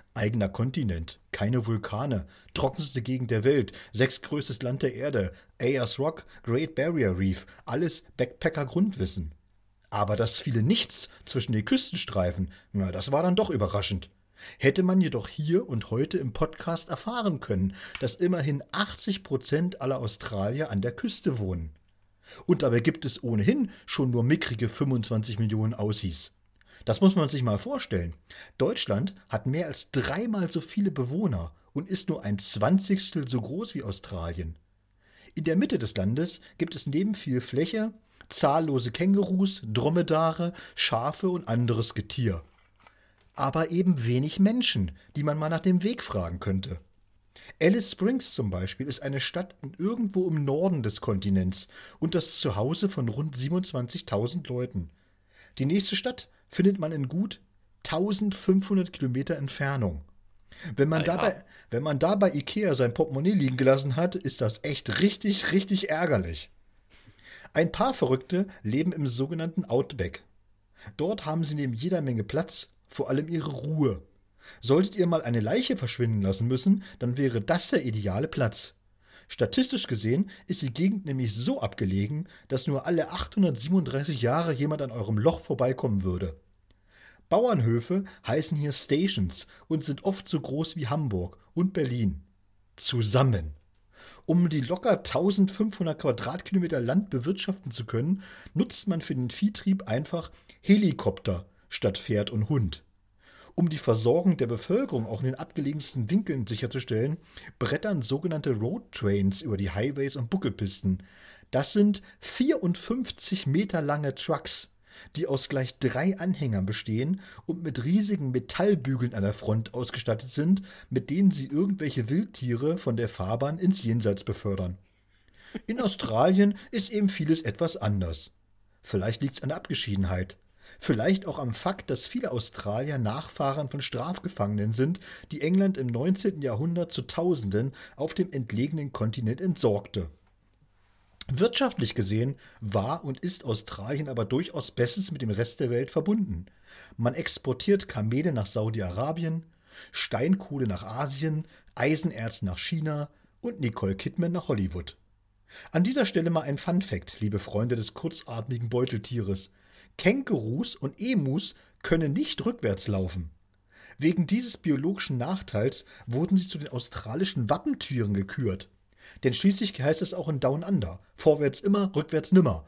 Eigener Kontinent, keine Vulkane, trockenste Gegend der Welt, sechstgrößtes Land der Erde, Ayers Rock, Great Barrier Reef, alles Backpacker-Grundwissen. Aber das viele Nichts zwischen den Küstenstreifen, na, das war dann doch überraschend. Hätte man jedoch hier und heute im Podcast erfahren können, dass immerhin 80% aller Australier an der Küste wohnen. Und dabei gibt es ohnehin schon nur mickrige 25 Millionen Aussies. Das muss man sich mal vorstellen. Deutschland hat mehr als 3-mal so viele Bewohner und ist nur 1/20 so groß wie Australien. In der Mitte des Landes gibt es neben viel Fläche zahllose Kängurus, Dromedare, Schafe und anderes Getier. Aber eben wenig Menschen, die man mal nach dem Weg fragen könnte. Alice Springs zum Beispiel ist eine Stadt irgendwo im Norden des Kontinents und das Zuhause von rund 27.000 Leuten. Die nächste Stadt findet man in gut 1500 Kilometer Entfernung. Wenn man da bei Ikea sein Portemonnaie liegen gelassen hat, ist das echt richtig, richtig ärgerlich. Ein paar Verrückte leben im sogenannten Outback. Dort haben sie neben jeder Menge Platz, vor allem ihre Ruhe. Solltet ihr mal eine Leiche verschwinden lassen müssen, dann wäre das der ideale Platz. Statistisch gesehen ist die Gegend nämlich so abgelegen, dass nur alle 837 Jahre jemand an eurem Loch vorbeikommen würde. Bauernhöfe heißen hier Stations und sind oft so groß wie Hamburg und Berlin. Zusammen. Um die locker 1500 Quadratkilometer Land bewirtschaften zu können, nutzt man für den Viehtrieb einfach Helikopter statt Pferd und Hund. Um die Versorgung der Bevölkerung auch in den abgelegensten Winkeln sicherzustellen, brettern sogenannte Roadtrains über die Highways und Buckelpisten. Das sind 54 Meter lange Trucks, die aus gleich 3 Anhängern bestehen und mit riesigen Metallbügeln an der Front ausgestattet sind, mit denen sie irgendwelche Wildtiere von der Fahrbahn ins Jenseits befördern. In Australien ist eben vieles etwas anders. Vielleicht liegt es an der Abgeschiedenheit. Vielleicht auch am Fakt, dass viele Australier Nachfahren von Strafgefangenen sind, die England im 19. Jahrhundert zu Tausenden auf dem entlegenen Kontinent entsorgte. Wirtschaftlich gesehen war und ist Australien aber durchaus bestens mit dem Rest der Welt verbunden. Man exportiert Kamele nach Saudi-Arabien, Steinkohle nach Asien, Eisenerz nach China und Nicole Kidman nach Hollywood. An dieser Stelle mal ein Funfact, liebe Freunde des kurzatmigen Beuteltieres. Kängurus und Emus können nicht rückwärts laufen. Wegen dieses biologischen Nachteils wurden sie zu den australischen Wappentieren gekürt. Denn schließlich heißt es auch in Down Under: vorwärts immer, rückwärts nimmer.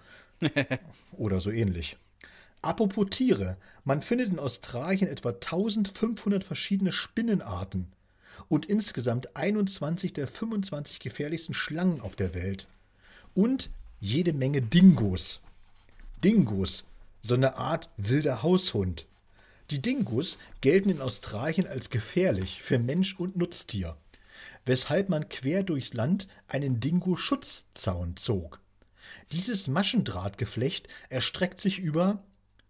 Oder so ähnlich. Apropos Tiere, man findet in Australien etwa 1500 verschiedene Spinnenarten und insgesamt 21 der 25 gefährlichsten Schlangen auf der Welt. Und jede Menge Dingos. Dingos, so eine Art wilder Haushund. Die Dingos gelten in Australien als gefährlich für Mensch und Nutztier, weshalb man quer durchs Land einen Dingo-Schutzzaun zog. Dieses Maschendrahtgeflecht erstreckt sich über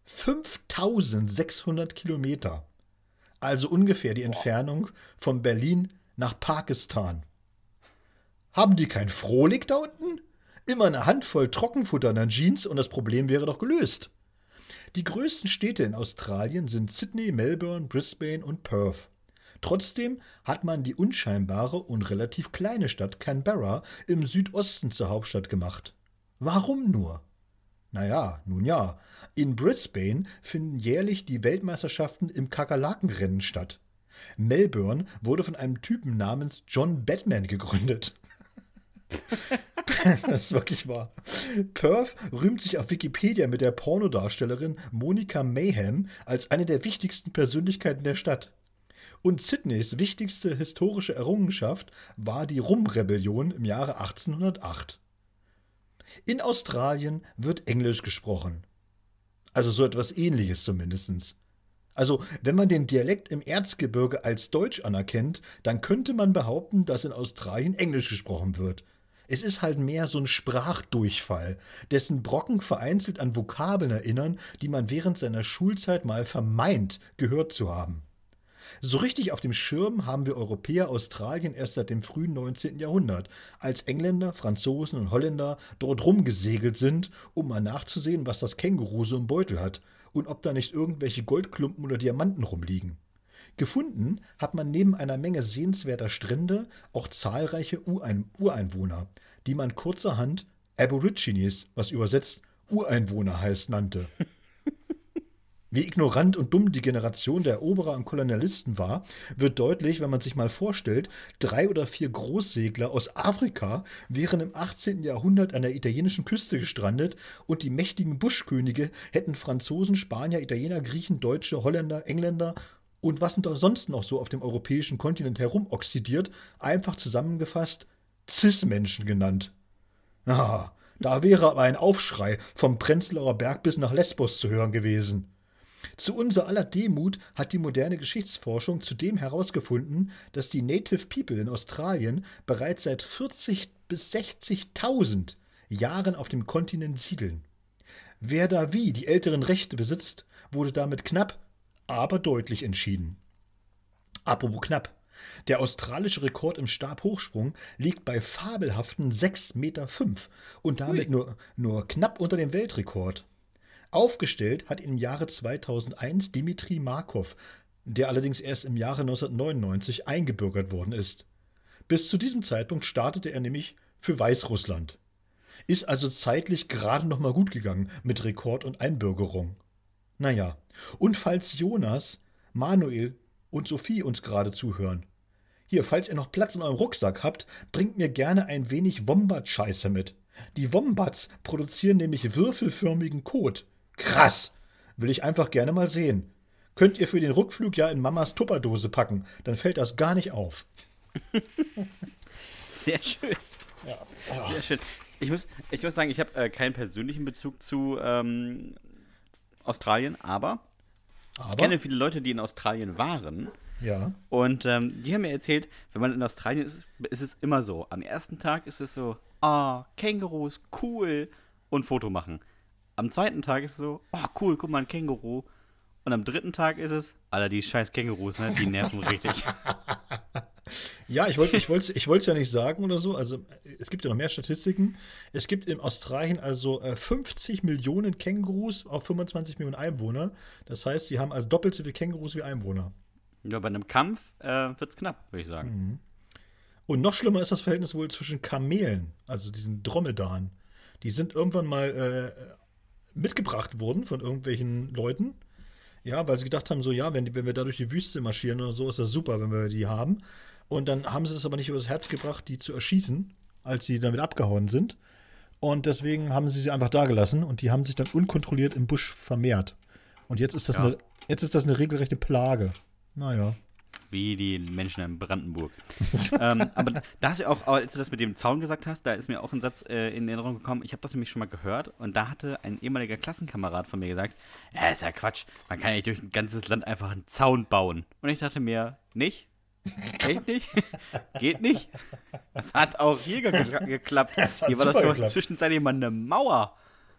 5600 Kilometer, also ungefähr die Entfernung von Berlin nach Pakistan. Haben die kein Frohlich da unten? Immer eine Handvoll Trockenfutter in den Jeans und das Problem wäre doch gelöst. Die größten Städte in Australien sind Sydney, Melbourne, Brisbane und Perth. Trotzdem hat man die unscheinbare und relativ kleine Stadt Canberra im Südosten zur Hauptstadt gemacht. Warum nur? Naja, nun ja, in Brisbane finden jährlich die Weltmeisterschaften im Kakerlakenrennen statt. Melbourne wurde von einem Typen namens John Batman gegründet. Das ist wirklich wahr. Perth rühmt sich auf Wikipedia mit der Pornodarstellerin Monica Mayhem als eine der wichtigsten Persönlichkeiten der Stadt. Und Sydneys wichtigste historische Errungenschaft war die Rum-Rebellion im Jahre 1808. In Australien wird Englisch gesprochen. Also so etwas Ähnliches zumindest. Also, wenn man den Dialekt im Erzgebirge als Deutsch anerkennt, dann könnte man behaupten, dass in Australien Englisch gesprochen wird. Es ist halt mehr so ein Sprachdurchfall, dessen Brocken vereinzelt an Vokabeln erinnern, die man während seiner Schulzeit mal vermeint gehört zu haben. So richtig auf dem Schirm haben wir Europäer Australien erst seit dem frühen 19. Jahrhundert, als Engländer, Franzosen und Holländer dort rumgesegelt sind, um mal nachzusehen, was das Känguru so im Beutel hat und ob da nicht irgendwelche Goldklumpen oder Diamanten rumliegen. Gefunden hat man neben einer Menge sehenswerter Strände auch zahlreiche Ureinwohner, die man kurzerhand Aborigines, was übersetzt Ureinwohner heißt, nannte. Wie ignorant und dumm die Generation der Eroberer und Kolonialisten war, wird deutlich, wenn man sich mal vorstellt, 3 oder 4 Großsegler aus Afrika wären im 18. Jahrhundert an der italienischen Küste gestrandet und die mächtigen Buschkönige hätten Franzosen, Spanier, Italiener, Griechen, Deutsche, Holländer, Engländer und was sonst noch so auf dem europäischen Kontinent herumoxidiert, einfach zusammengefasst Cis-Menschen genannt. Ah, da wäre aber ein Aufschrei vom Prenzlauer Berg bis nach Lesbos zu hören gewesen. Zu unser aller Demut hat die moderne Geschichtsforschung zudem herausgefunden, dass die Native People in Australien bereits seit 40.000 bis 60.000 Jahren auf dem Kontinent siedeln. Wer da wie die älteren Rechte besitzt, wurde damit knapp, aber deutlich entschieden. Apropos knapp. Der australische Rekord im Stabhochsprung liegt bei fabelhaften 6,5 Meter und damit nur knapp unter dem Weltrekord. Aufgestellt hat ihn im Jahre 2001 Dimitri Markov, der allerdings erst im Jahre 1999 eingebürgert worden ist. Bis zu diesem Zeitpunkt startete er nämlich für Weißrussland. Ist also zeitlich gerade noch mal gut gegangen mit Rekord und Einbürgerung. Naja, und falls Jonas, Manuel und Sophie uns gerade zuhören, hier, falls ihr noch Platz in eurem Rucksack habt, bringt mir gerne ein wenig Wombat-Scheiße mit. Die Wombats produzieren nämlich würfelförmigen Kot. Krass! Will ich einfach gerne mal sehen. Könnt ihr für den Rückflug ja in Mamas Tupperdose packen, dann fällt das gar nicht auf. Sehr schön. Ja. Sehr schön. Ich muss sagen, ich habe keinen persönlichen Bezug zu Australien, aber ich kenne viele Leute, die in Australien waren. Ja. Und die haben mir erzählt, wenn man in Australien ist, ist es immer so. Am ersten Tag ist es so, Kängurus, cool, und Foto machen. Am zweiten Tag ist es so, cool, guck mal, ein Känguru. Und am dritten Tag ist es, Alter, die scheiß Kängurus, ne, die nerven richtig. Ja, ich wollte es ja nicht sagen oder so. Also, es gibt ja noch mehr Statistiken. Es gibt in Australien also 50 Millionen Kängurus auf 25 Millionen Einwohner. Das heißt, sie haben also doppelt so viele Kängurus wie Einwohner. Ja, bei einem Kampf wird's knapp, würde ich sagen. Mhm. Und noch schlimmer ist das Verhältnis wohl zwischen Kamelen, also diesen Dromedaren. Die sind irgendwann mal mitgebracht worden von irgendwelchen Leuten. Ja, weil sie gedacht haben, so, ja, wenn wir da durch die Wüste marschieren oder so, ist das super, wenn wir die haben. Und dann haben sie es aber nicht übers Herz gebracht, die zu erschießen, als sie damit abgehauen sind. Und deswegen haben sie einfach da gelassen und die haben sich dann unkontrolliert im Busch vermehrt. Und jetzt ist das, eine regelrechte Plage. Naja. Wie die Menschen in Brandenburg. Aber da hast du auch, als du das mit dem Zaun gesagt hast, da ist mir auch ein Satz in Erinnerung gekommen. Ich habe das nämlich schon mal gehört und da hatte ein ehemaliger Klassenkamerad von mir gesagt, ja, ist ja Quatsch, man kann ja nicht durch ein ganzes Land einfach einen Zaun bauen. Und ich dachte mir, nicht? Echt nicht? Geht nicht? Das hat auch hier geklappt. Hier war das so zwischenzeitlich mal eine Mauer.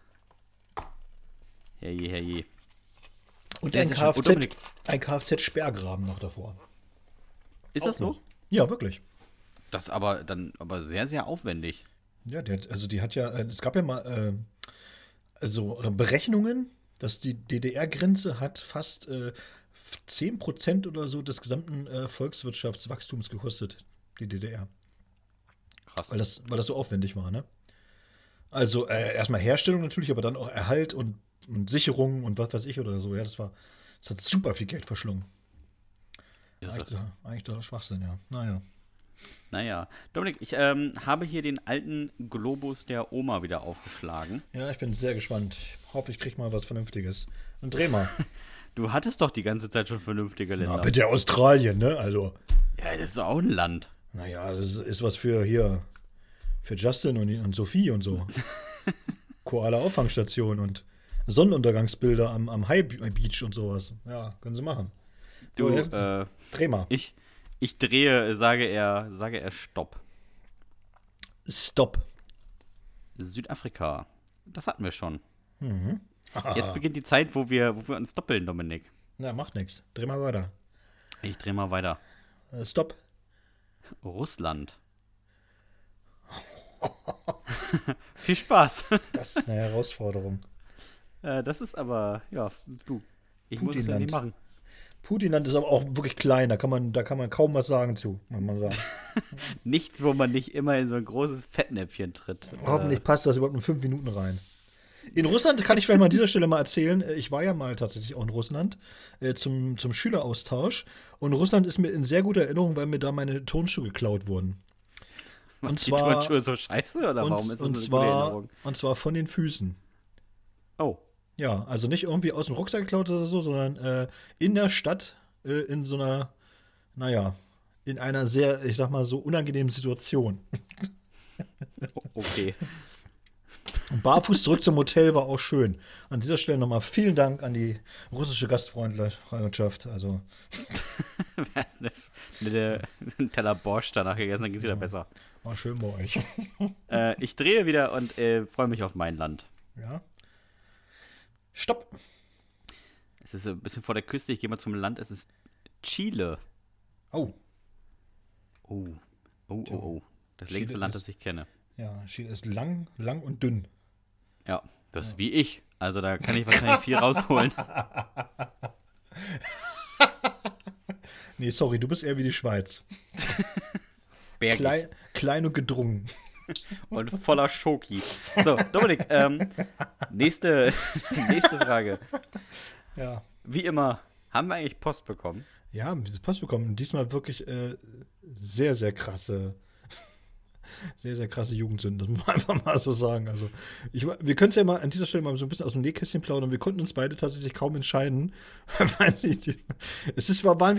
Herrje. Und ein Kfz-Sperrgraben noch davor. Ist das so? Ja, wirklich. Das aber dann sehr, sehr aufwendig. Ja, die hat ja, es gab ja mal Berechnungen, dass die DDR-Grenze hat fast 10% oder so des gesamten Volkswirtschaftswachstums gekostet, die DDR. Krass. Weil das so aufwendig war, ne? Also erstmal Herstellung natürlich, aber dann auch Erhalt und Sicherung und was weiß ich oder so. Ja, das hat super viel Geld verschlungen. Eigentlich total Schwachsinn, ja. Naja. Dominik, ich habe hier den alten Globus der Oma wieder aufgeschlagen. Ja, ich bin sehr gespannt. Ich hoffe, ich kriege mal was Vernünftiges. Und dreh mal. Du hattest doch die ganze Zeit schon vernünftige Länder. Na, bitte Australien, ne? Also. Ja, das ist auch ein Land. Naja, das ist was für Justin und Sophie und so. Koala-Auffangstation und Sonnenuntergangsbilder am High Beach und sowas. Ja, können sie machen. Du, dreh mal. Ich drehe, sage er Stopp. Stopp. Südafrika. Das hatten wir schon. Mhm. Jetzt beginnt die Zeit, wo wir uns doppeln, Dominik. Na, macht nichts. Dreh mal weiter. Ich drehe mal weiter. Stopp. Russland. Viel Spaß. Das ist eine Herausforderung. Das ist aber, ja, du. Ich muss es ja nicht machen. Putinland ist aber auch wirklich klein, da kann man kaum was sagen zu, muss man sagen. Nichts, wo man nicht immer in so ein großes Fettnäpfchen tritt. Hoffentlich passt das überhaupt in 5 Minuten rein. In Russland kann ich vielleicht mal an dieser Stelle mal erzählen, ich war ja mal tatsächlich auch in Russland zum Schüleraustausch und Russland ist mir in sehr guter Erinnerung, weil mir da meine Turnschuhe geklaut wurden. Und Die zwar, Turnschuhe so scheiße oder warum ist das eine gute Erinnerung? und zwar von den Füßen. Oh. Ja, also nicht irgendwie aus dem Rucksack geklaut oder so, sondern in der Stadt in so einer, naja, in einer sehr, ich sag mal so, unangenehmen Situation. Okay. Und barfuß zurück zum Hotel war auch schön. An dieser Stelle nochmal vielen Dank an die russische Gastfreundschaft. Also. Einen Teller Borscht danach gegessen, dann geht's wieder besser. War schön bei euch. Ich drehe wieder und freue mich auf mein Land. Ja. Stopp. Es ist ein bisschen vor der Küste, ich gehe mal zum Land, es ist Chile. Oh. Oh. Das Chile längste Land, ist- das ich kenne. Ja, Chile ist lang und dünn. Ja, das ist wie ich. Also da kann ich wahrscheinlich viel rausholen. Nee, sorry, du bist eher wie die Schweiz. Bergig Klein und gedrungen. und voller Schoki. So, Dominik, nächste Frage. Ja. Wie immer, haben wir eigentlich Post bekommen? Ja, haben diese Post bekommen. Diesmal wirklich sehr, sehr krasse Jugendsünden, das muss man einfach mal so sagen. Also, wir können es ja mal an dieser Stelle mal so ein bisschen aus dem Nähkästchen plaudern. Wir konnten uns beide tatsächlich kaum entscheiden. Waren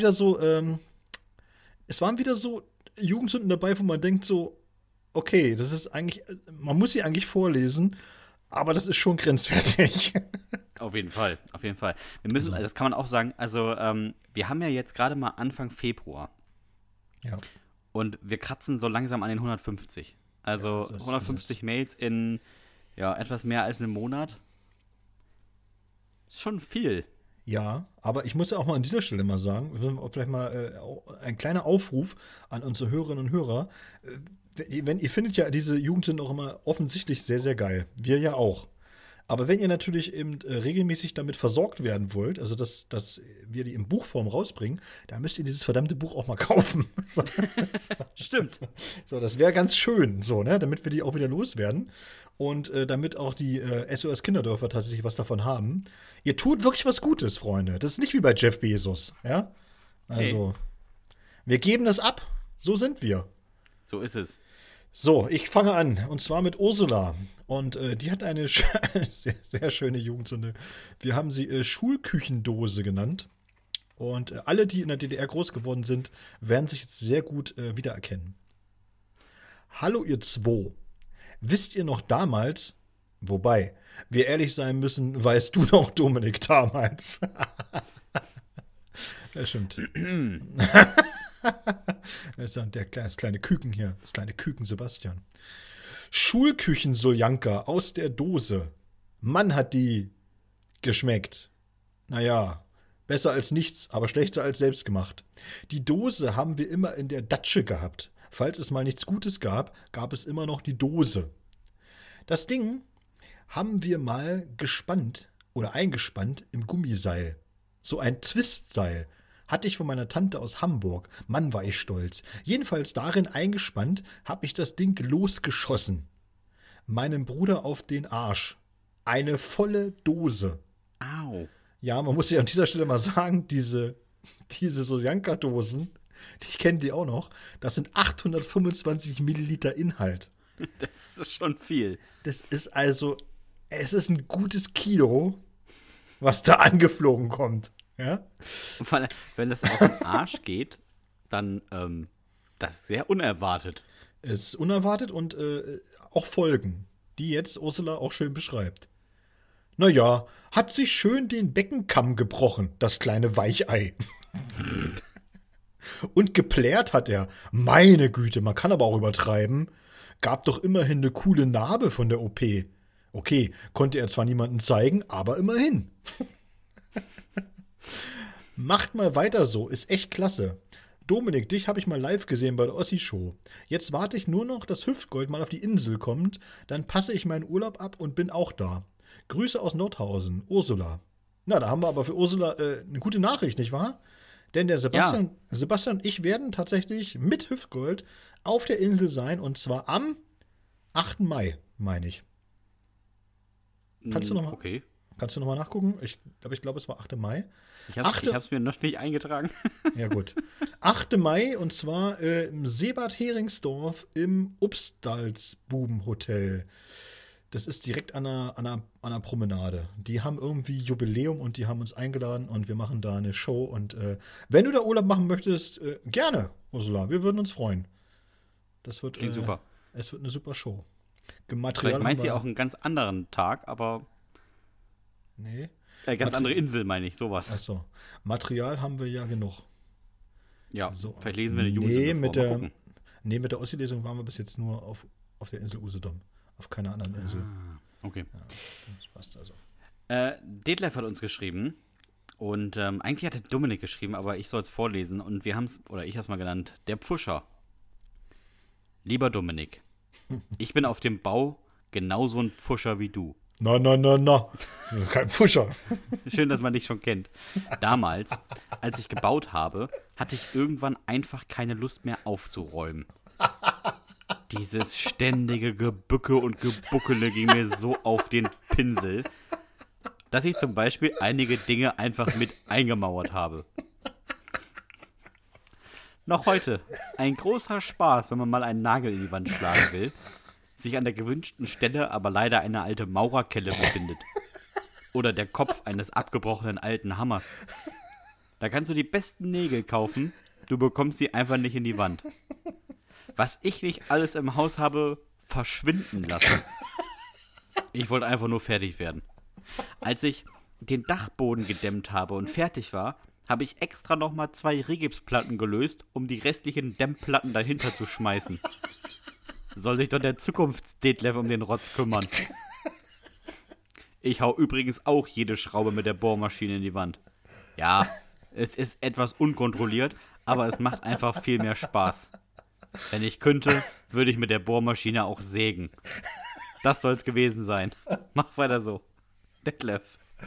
wieder so Jugendsünden dabei, wo man denkt so, okay, das ist eigentlich, man muss sie eigentlich vorlesen, aber das ist schon grenzwertig. Auf jeden Fall. Wir müssen, das kann man auch sagen, also wir haben ja jetzt gerade mal Anfang Februar. Ja. Und wir kratzen so langsam an den 150. Also Ja, das ist- 150 Mails in etwas mehr als einem Monat. Ist schon viel. Ja, aber ich muss ja auch mal an dieser Stelle mal sagen, vielleicht mal ein kleiner Aufruf an unsere Hörerinnen und Hörer. Ihr findet ja diese Jugendsünden auch immer offensichtlich sehr, sehr geil. Wir ja auch. Aber wenn ihr natürlich eben regelmäßig damit versorgt werden wollt, also dass wir die in Buchform rausbringen, da müsst ihr dieses verdammte Buch auch mal kaufen. So, Stimmt. so, das wäre ganz schön, so, ne? Damit wir die auch wieder loswerden. Und damit auch die SOS Kinderdörfer tatsächlich was davon haben. Ihr tut wirklich was Gutes, Freunde. Das ist nicht wie bei Jeff Bezos, ja? Also, wir geben das ab. So sind wir. So ist es. So, ich fange an. Und zwar mit Ursula. Und die hat eine sehr, sehr schöne Jugendsünde. Wir haben sie Schulküchendose genannt. Und alle, die in der DDR groß geworden sind, werden sich jetzt sehr gut wiedererkennen. Hallo, ihr zwei. Wisst ihr noch damals, wobei, wir ehrlich sein müssen, weißt du noch, Dominik, damals? Ja, stimmt. Das ist das kleine Küken hier, das kleine Küken Sebastian. Schulküchen-Soljanka aus der Dose. Mann, hat die geschmeckt. Naja, besser als nichts, aber schlechter als selbst gemacht. Die Dose haben wir immer in der Datsche gehabt. Falls es mal nichts Gutes gab, gab es immer noch die Dose. Das Ding haben wir mal gespannt oder eingespannt im Gummiseil. So ein Twistseil. Hatte ich von meiner Tante aus Hamburg. Mann, war ich stolz. Jedenfalls darin eingespannt, habe ich das Ding losgeschossen. Meinem Bruder auf den Arsch. Eine volle Dose. Au. Ja, man muss ja an dieser Stelle mal sagen, diese Soljanka-Dosen, ich kenne die auch noch, das sind 825 Milliliter Inhalt. Das ist schon viel. Das ist also, es ist ein gutes Kilo, was da angeflogen kommt. Ja? Weil, wenn das auf den Arsch geht, dann das ist sehr unerwartet. Es ist unerwartet und auch Folgen, die jetzt Ursula auch schön beschreibt. Naja, hat sich schön den Beckenkamm gebrochen, das kleine Weichei. Und geplärt hat er. Meine Güte, man kann aber auch übertreiben. Gab doch immerhin eine coole Narbe von der OP. Okay, konnte er zwar niemandem zeigen, aber immerhin. Macht mal weiter so, ist echt klasse. Dominik, dich habe ich mal live gesehen bei der Ossi-Show. Jetzt warte ich nur noch, dass Hüftgold mal auf die Insel kommt, dann passe ich meinen Urlaub ab und bin auch da. Grüße aus Nordhausen, Ursula. Na, da haben wir aber für Ursula eine gute Nachricht, nicht wahr? Denn der Sebastian und ich werden tatsächlich mit Hüftgold auf der Insel sein. Und zwar am 8. Mai, meine ich. Kannst du noch mal nachgucken? Ich glaube, es war 8. Mai. Ich hab's mir noch nicht eingetragen. Ja, gut. 8. Mai und zwar im Seebad Heringsdorf im Upstalsbuben-Hotel. Das ist direkt an einer Promenade. Die haben irgendwie Jubiläum und die haben uns eingeladen und wir machen da eine Show. Und wenn du da Urlaub machen möchtest, gerne, Ursula. Wir würden uns freuen. Das wird klingt super. Es wird eine super Show. Vielleicht meint sie auch einen ganz anderen Tag, aber. Nee. Ganz andere Insel, meine ich, sowas. Achso. Material haben wir ja genug. Ja, so. Vielleicht lesen wir eine Usedom. Mit der Ossi-Lesung waren wir bis jetzt nur auf der Insel Usedom. Auf keiner anderen Insel. Okay. Ja, das passt also. Detlef hat uns geschrieben und eigentlich hat Dominik geschrieben, aber ich soll es vorlesen und ich habe es mal genannt, der Pfuscher. Lieber Dominik, ich bin auf dem Bau genauso ein Pfuscher wie du. Na. Kein Pfuscher. Schön, dass man dich schon kennt. Damals, als ich gebaut habe, hatte ich irgendwann einfach keine Lust mehr aufzuräumen. Dieses ständige Gebücke und Gebuckele ging mir so auf den Pinsel, dass ich zum Beispiel einige Dinge einfach mit eingemauert habe. Noch heute ein großer Spaß, wenn man mal einen Nagel in die Wand schlagen will, sich an der gewünschten Stelle aber leider eine alte Maurerkelle befindet. Oder der Kopf eines abgebrochenen alten Hammers. Da kannst du die besten Nägel kaufen, du bekommst sie einfach nicht in die Wand. Was ich nicht alles im Haus habe verschwinden lassen. Ich wollte einfach nur fertig werden. Als ich den Dachboden gedämmt habe und fertig war, habe ich extra nochmal 2 Rigipsplatten gelöst, um die restlichen Dämmplatten dahinter zu schmeißen. Soll sich doch der Zukunfts-Detlef um den Rotz kümmern. Ich hau übrigens auch jede Schraube mit der Bohrmaschine in die Wand. Ja, es ist etwas unkontrolliert, aber es macht einfach viel mehr Spaß. Wenn ich könnte, würde ich mit der Bohrmaschine auch sägen. Das soll's gewesen sein. Mach weiter so. Detlef.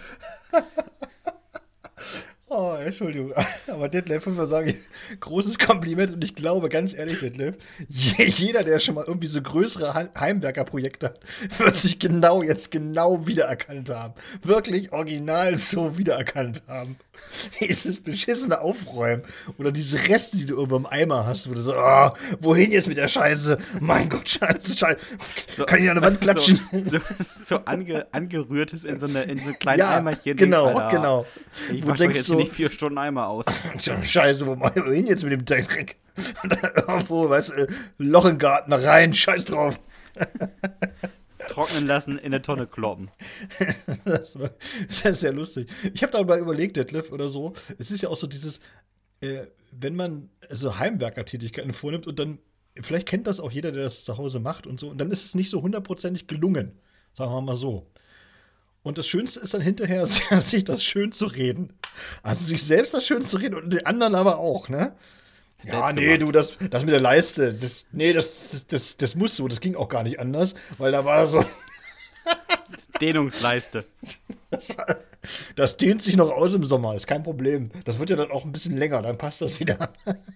Oh, Entschuldigung. Aber Detlef, muss man sagen, großes Kompliment. Und ich glaube, ganz ehrlich, Detlef, jeder, der schon mal irgendwie so größere Heimwerkerprojekte hat, wird sich genau wiedererkannt haben. Wirklich original so wiedererkannt haben. Dieses beschissene Aufräumen oder diese Reste, die du irgendwo im Eimer hast, wo du so, wohin jetzt mit der Scheiße? Mein Gott, Scheiße. So, kann ich an der Wand klatschen? So angerührtes in so kleinen Eimerchen. Genau. Ich wasche jetzt so, nicht 4 Stunden Eimer aus. Scheiße, wohin jetzt mit dem Dreck? Irgendwo, weißt du, Loch im Garten rein, scheiß drauf. Trocknen lassen, in eine Tonne kloppen. Das ist sehr lustig. Ich habe darüber überlegt, Detlef, oder so. Es ist ja auch so dieses, wenn man so Heimwerkertätigkeiten vornimmt und dann, vielleicht kennt das auch jeder, der das zu Hause macht und so, und dann ist es nicht so 100% gelungen. Sagen wir mal so. Und das Schönste ist dann hinterher, sich das schön zu reden. Also sich selbst das schön zu reden und den anderen aber auch, ne? Ja, nee, du, das mit der Leiste, das muss so, das ging auch gar nicht anders, weil da war so Dehnungsleiste. Das dehnt sich noch aus im Sommer, ist kein Problem. Das wird ja dann auch ein bisschen länger, dann passt das wieder.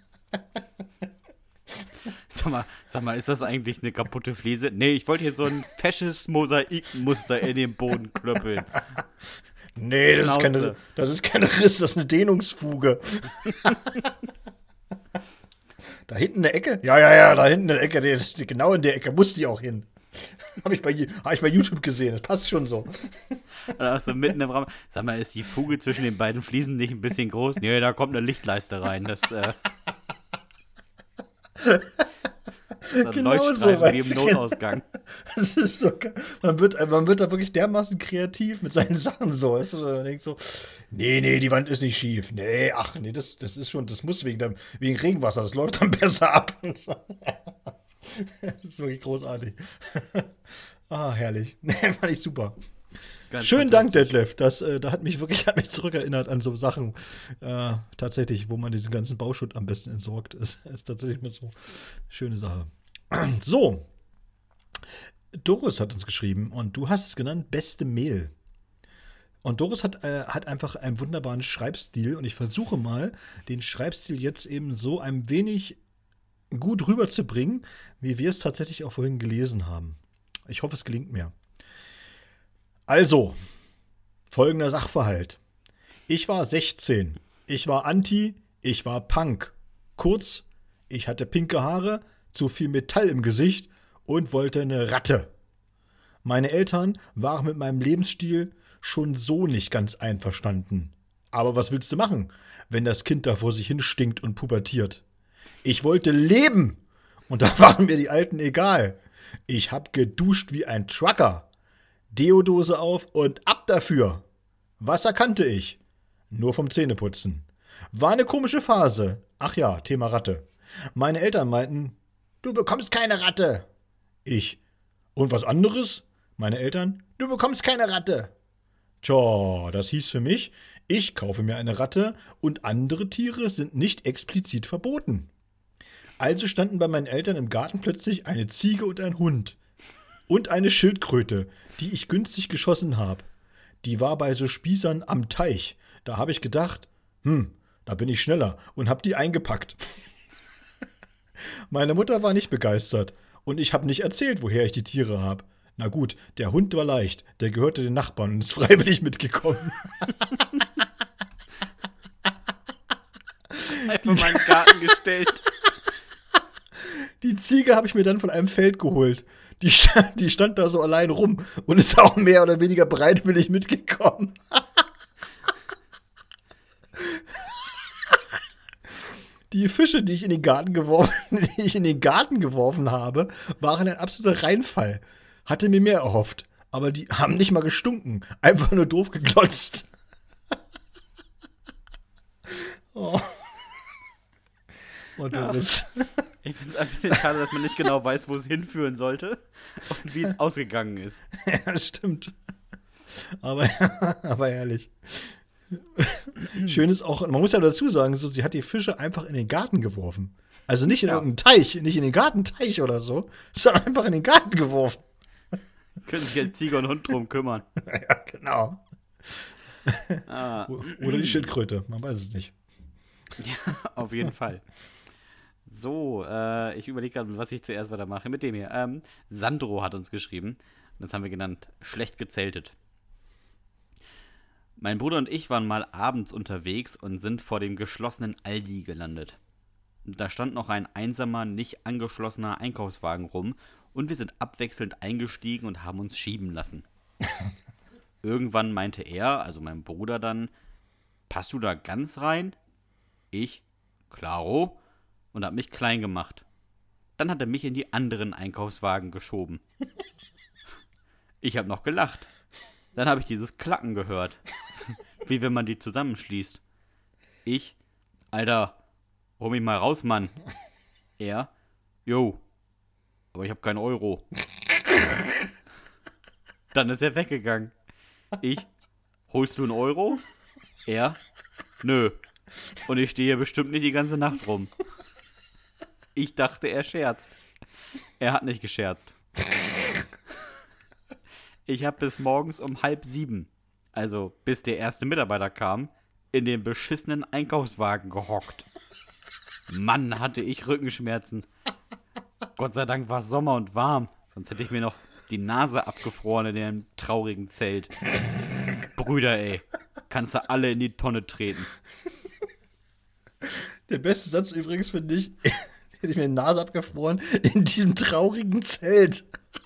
Sag mal, ist das eigentlich eine kaputte Fliese? Nee, ich wollte hier so ein fesches Mosaikmuster in den Boden klöppeln. Nee, das ist kein Riss, das ist eine Dehnungsfuge. Da hinten eine Ecke? Ja, da hinten eine Ecke. Genau in der Ecke muss die auch hin. Hab ich bei YouTube gesehen. Das passt schon so. Oder auch so mitten im Raum. Sag mal, ist die Fuge zwischen den beiden Fliesen nicht ein bisschen groß? Nee, da kommt eine Lichtleiste rein. Das genau so, wie im Notausgang. Das ist so, man wird da wirklich dermaßen kreativ mit seinen Sachen so. Weißt du? Man denkt so, nee, die Wand ist nicht schief. Nee, das ist schon, das muss wegen Regenwasser, das läuft dann besser ab. Das ist wirklich großartig. Herrlich. Fand ich super. Ganz schönen Dank, Detlef. Da hat mich zurückerinnert an so Sachen, tatsächlich, wo man diesen ganzen Bauschutt am besten entsorgt. Ist tatsächlich mit so schöne Sache. So. Doris hat uns geschrieben und du hast es genannt, beste Mehl. Und Doris hat einfach einen wunderbaren Schreibstil und ich versuche mal, den Schreibstil jetzt eben so ein wenig gut rüberzubringen, wie wir es tatsächlich auch vorhin gelesen haben. Ich hoffe, es gelingt mir. Also, folgender Sachverhalt. Ich war 16. Ich war Anti, ich war Punk. Kurz, ich hatte pinke Haare, zu viel Metall im Gesicht und wollte eine Ratte. Meine Eltern waren mit meinem Lebensstil schon so nicht ganz einverstanden. Aber was willst du machen, wenn das Kind da vor sich hin stinkt und pubertiert? Ich wollte leben und da waren mir die Alten egal. Ich hab geduscht wie ein Trucker. Deodose auf und ab dafür. Wasser kannte ich. Nur vom Zähneputzen. War eine komische Phase. Ach ja, Thema Ratte. Meine Eltern meinten, du bekommst keine Ratte. Ich, und was anderes? Meine Eltern, du bekommst keine Ratte. Tja, das hieß für mich, ich kaufe mir eine Ratte und andere Tiere sind nicht explizit verboten. Also standen bei meinen Eltern im Garten plötzlich eine Ziege und ein Hund. Und eine Schildkröte, die ich günstig geschossen habe. Die war bei so Spießern am Teich. Da habe ich gedacht, da bin ich schneller und habe die eingepackt. Meine Mutter war nicht begeistert und ich habe nicht erzählt, woher ich die Tiere habe. Na gut, der Hund war leicht, der gehörte den Nachbarn und ist freiwillig mitgekommen. Einfach mal in den Garten gestellt. Die Ziege habe ich mir dann von einem Feld geholt. Die stand da so allein rum und ist auch mehr oder weniger bereitwillig mitgekommen. Die Fische, die ich in den Garten geworfen habe, waren ein absoluter Reinfall. Hatte mir mehr erhofft. Aber die haben nicht mal gestunken. Einfach nur doof geglotzt. Oh. Oh, Doris. Ich finde es ein bisschen schade, dass man nicht genau weiß, wo es hinführen sollte und wie es ausgegangen ist. Ja, stimmt. Aber herrlich. Schön ist auch, man muss ja dazu sagen, so, sie hat die Fische einfach in den Garten geworfen. Also nicht in irgendeinen Teich, nicht in den Gartenteich oder so, sondern einfach in den Garten geworfen. Können sich als Ziege und Hund drum kümmern. Ja, genau. Ah. Oder die Schildkröte, man weiß es nicht. Ja, auf jeden Fall. So, ich überlege gerade, was ich zuerst weitermache. Mit dem hier. Sandro hat uns geschrieben. Das haben wir genannt. Schlecht gezeltet. Mein Bruder und ich waren mal abends unterwegs und sind vor dem geschlossenen Aldi gelandet. Da stand noch ein einsamer, nicht angeschlossener Einkaufswagen rum und wir sind abwechselnd eingestiegen und haben uns schieben lassen. Irgendwann meinte er, also mein Bruder dann, passt du da ganz rein? Ich, klaro, und hab mich klein gemacht. Dann hat er mich in die anderen Einkaufswagen geschoben. Ich hab noch gelacht. Dann habe ich dieses Klacken gehört. Wie wenn man die zusammenschließt. Ich, Alter, hol mich mal raus, Mann. Er, jo, aber ich hab keinen Euro. Dann ist er weggegangen. Ich, holst du einen Euro? Er, nö. Und ich stehe hier bestimmt nicht die ganze Nacht rum. Ich dachte, er scherzt. Er hat nicht gescherzt. Ich habe bis morgens um 6:30, also bis der erste Mitarbeiter kam, in dem beschissenen Einkaufswagen gehockt. Mann, hatte ich Rückenschmerzen. Gott sei Dank war es Sommer und warm, sonst hätte ich mir noch die Nase abgefroren in dem traurigen Zelt. Brüder, ey, kannst du alle in die Tonne treten. Der beste Satz übrigens finde ich, hätte ich mir die Nase abgefroren in diesem traurigen Zelt.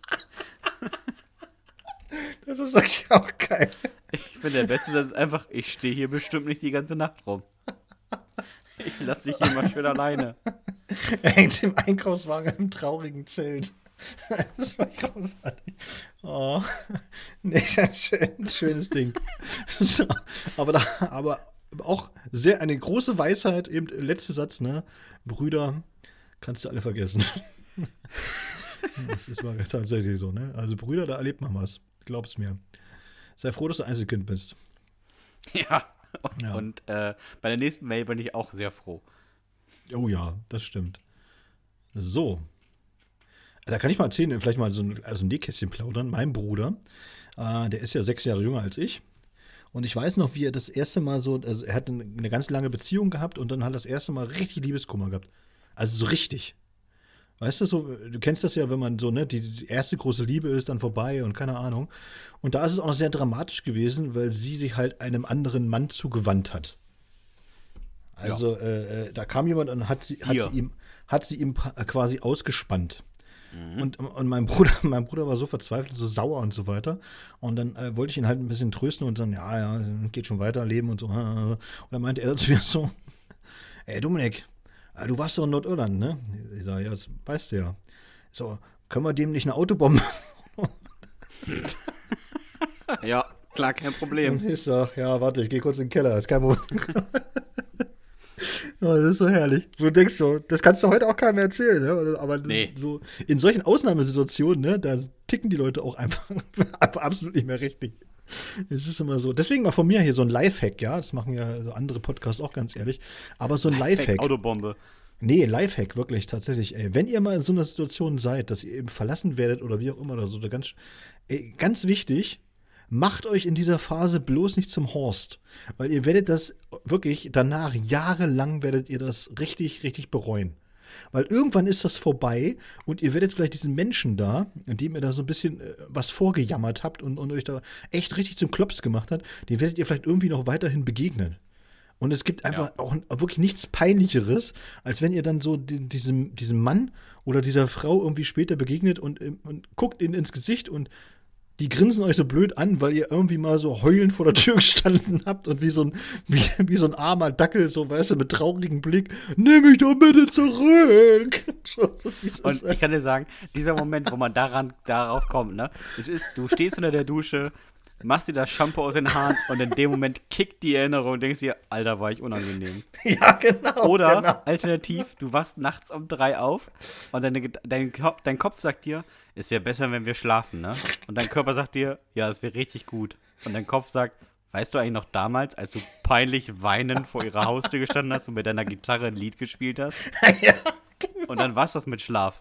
Das ist eigentlich auch geil. Ich finde, der beste Satz ist einfach, ich stehe hier bestimmt nicht die ganze Nacht rum. Ich lass dich hier mal schön alleine. Er hängt im Einkaufswagen im traurigen Zelt. Das war großartig. Oh, nee, schönes Ding. So, aber auch sehr eine große Weisheit, eben letzter Satz, ne? Brüder, kannst du alle vergessen. Das ist mal tatsächlich so, ne? Also Brüder, da erlebt man was. Glaub's mir. Sei froh, dass du Einzelkind bist. Ja. Und bei der nächsten Mail bin ich auch sehr froh. Oh ja, das stimmt. So. Da kann ich mal erzählen, vielleicht mal so ein Nähkästchen plaudern. Mein Bruder, der ist ja 6 Jahre jünger als ich. Und ich weiß noch, wie er das erste Mal so, also er hat eine ganz lange Beziehung gehabt und dann hat er das erste Mal richtig Liebeskummer gehabt. Also so richtig. Weißt du, so, du kennst das ja, wenn man so, ne, die erste große Liebe ist dann vorbei und keine Ahnung. Und da ist es auch noch sehr dramatisch gewesen, weil sie sich halt einem anderen Mann zugewandt hat. Also, da kam jemand und hat sie ihm quasi ausgespannt. Und mein Bruder war so verzweifelt, so sauer und so weiter. Und dann wollte ich ihn halt ein bisschen trösten und sagen, ja, geht schon weiter, Leben und so. Und dann meinte er zu mir so, ey Dominik, du warst doch in Nordirland, ne? Ich sage, ja, das weißt du ja. So, können wir dem nicht eine Autobombe? Ja, klar, kein Problem. Und ich sage, ja, warte, ich gehe kurz in den Keller, ist kein Problem. Ja, das ist so herrlich. Du denkst so, das kannst du heute auch keinem erzählen, ne? Aber Nee. so in solchen Ausnahmesituationen, ne, da ticken die Leute auch einfach absolut nicht mehr richtig. Es ist immer so. Deswegen mal von mir hier so ein Lifehack, ja. Das machen ja so andere Podcasts auch ganz ehrlich. Aber so ein Lifehack. Autobombe. Nee, Lifehack, wirklich, tatsächlich. Ey, wenn ihr mal in so einer Situation seid, dass ihr eben verlassen werdet oder wie auch immer oder so, ganz wichtig, macht euch in dieser Phase bloß nicht zum Horst. Weil ihr werdet das wirklich danach, jahrelang werdet ihr das richtig, richtig bereuen. Weil irgendwann ist das vorbei und ihr werdet vielleicht diesen Menschen da, indem ihr da so ein bisschen was vorgejammert habt und euch da echt richtig zum Klops gemacht habt, den werdet ihr vielleicht irgendwie noch weiterhin begegnen. Und es gibt einfach auch wirklich nichts Peinlicheres, als wenn ihr dann so diesem Mann oder dieser Frau irgendwie später begegnet und guckt ihnen ins Gesicht und die grinsen euch so blöd an, weil ihr irgendwie mal so heulend vor der Tür gestanden habt und wie so ein armer Dackel, so, weißt du, mit traurigem Blick, nimm mich doch bitte zurück. Und ich kann dir sagen, dieser Moment, wo man darauf kommt, ne, du stehst unter der Dusche, machst dir das Shampoo aus den Haaren und in dem Moment kickt die Erinnerung und denkst dir, Alter, war ich unangenehm. Ja, genau. Oder alternativ, du wachst nachts um 3 auf und dein Kopf sagt dir, es wäre besser, wenn wir schlafen, ne? Und dein Körper sagt dir, ja, es wäre richtig gut. Und dein Kopf sagt, weißt du eigentlich noch damals, als du peinlich weinend vor ihrer Haustür gestanden hast und mit deiner Gitarre ein Lied gespielt hast? Ja, genau. Und dann war's das mit Schlaf.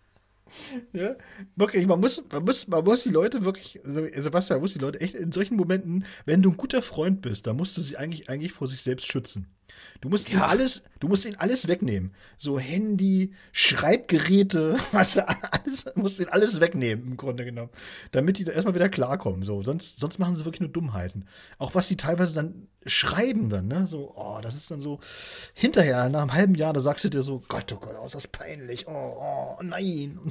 Ja, wirklich, man muss die Leute wirklich, Sebastian muss die Leute echt in solchen Momenten, wenn du ein guter Freund bist, da musst du sie eigentlich vor sich selbst schützen. Du musst ihnen alles wegnehmen. So Handy, Schreibgeräte, musst ihnen alles wegnehmen, im Grunde genommen. Damit die da erstmal wieder klarkommen. So. Sonst machen sie wirklich nur Dummheiten. Auch was sie teilweise dann schreiben dann, ne? So, das ist dann so, hinterher, nach einem halben Jahr, da sagst du dir so, Gott, oh Gott, ist das peinlich. Oh, nein.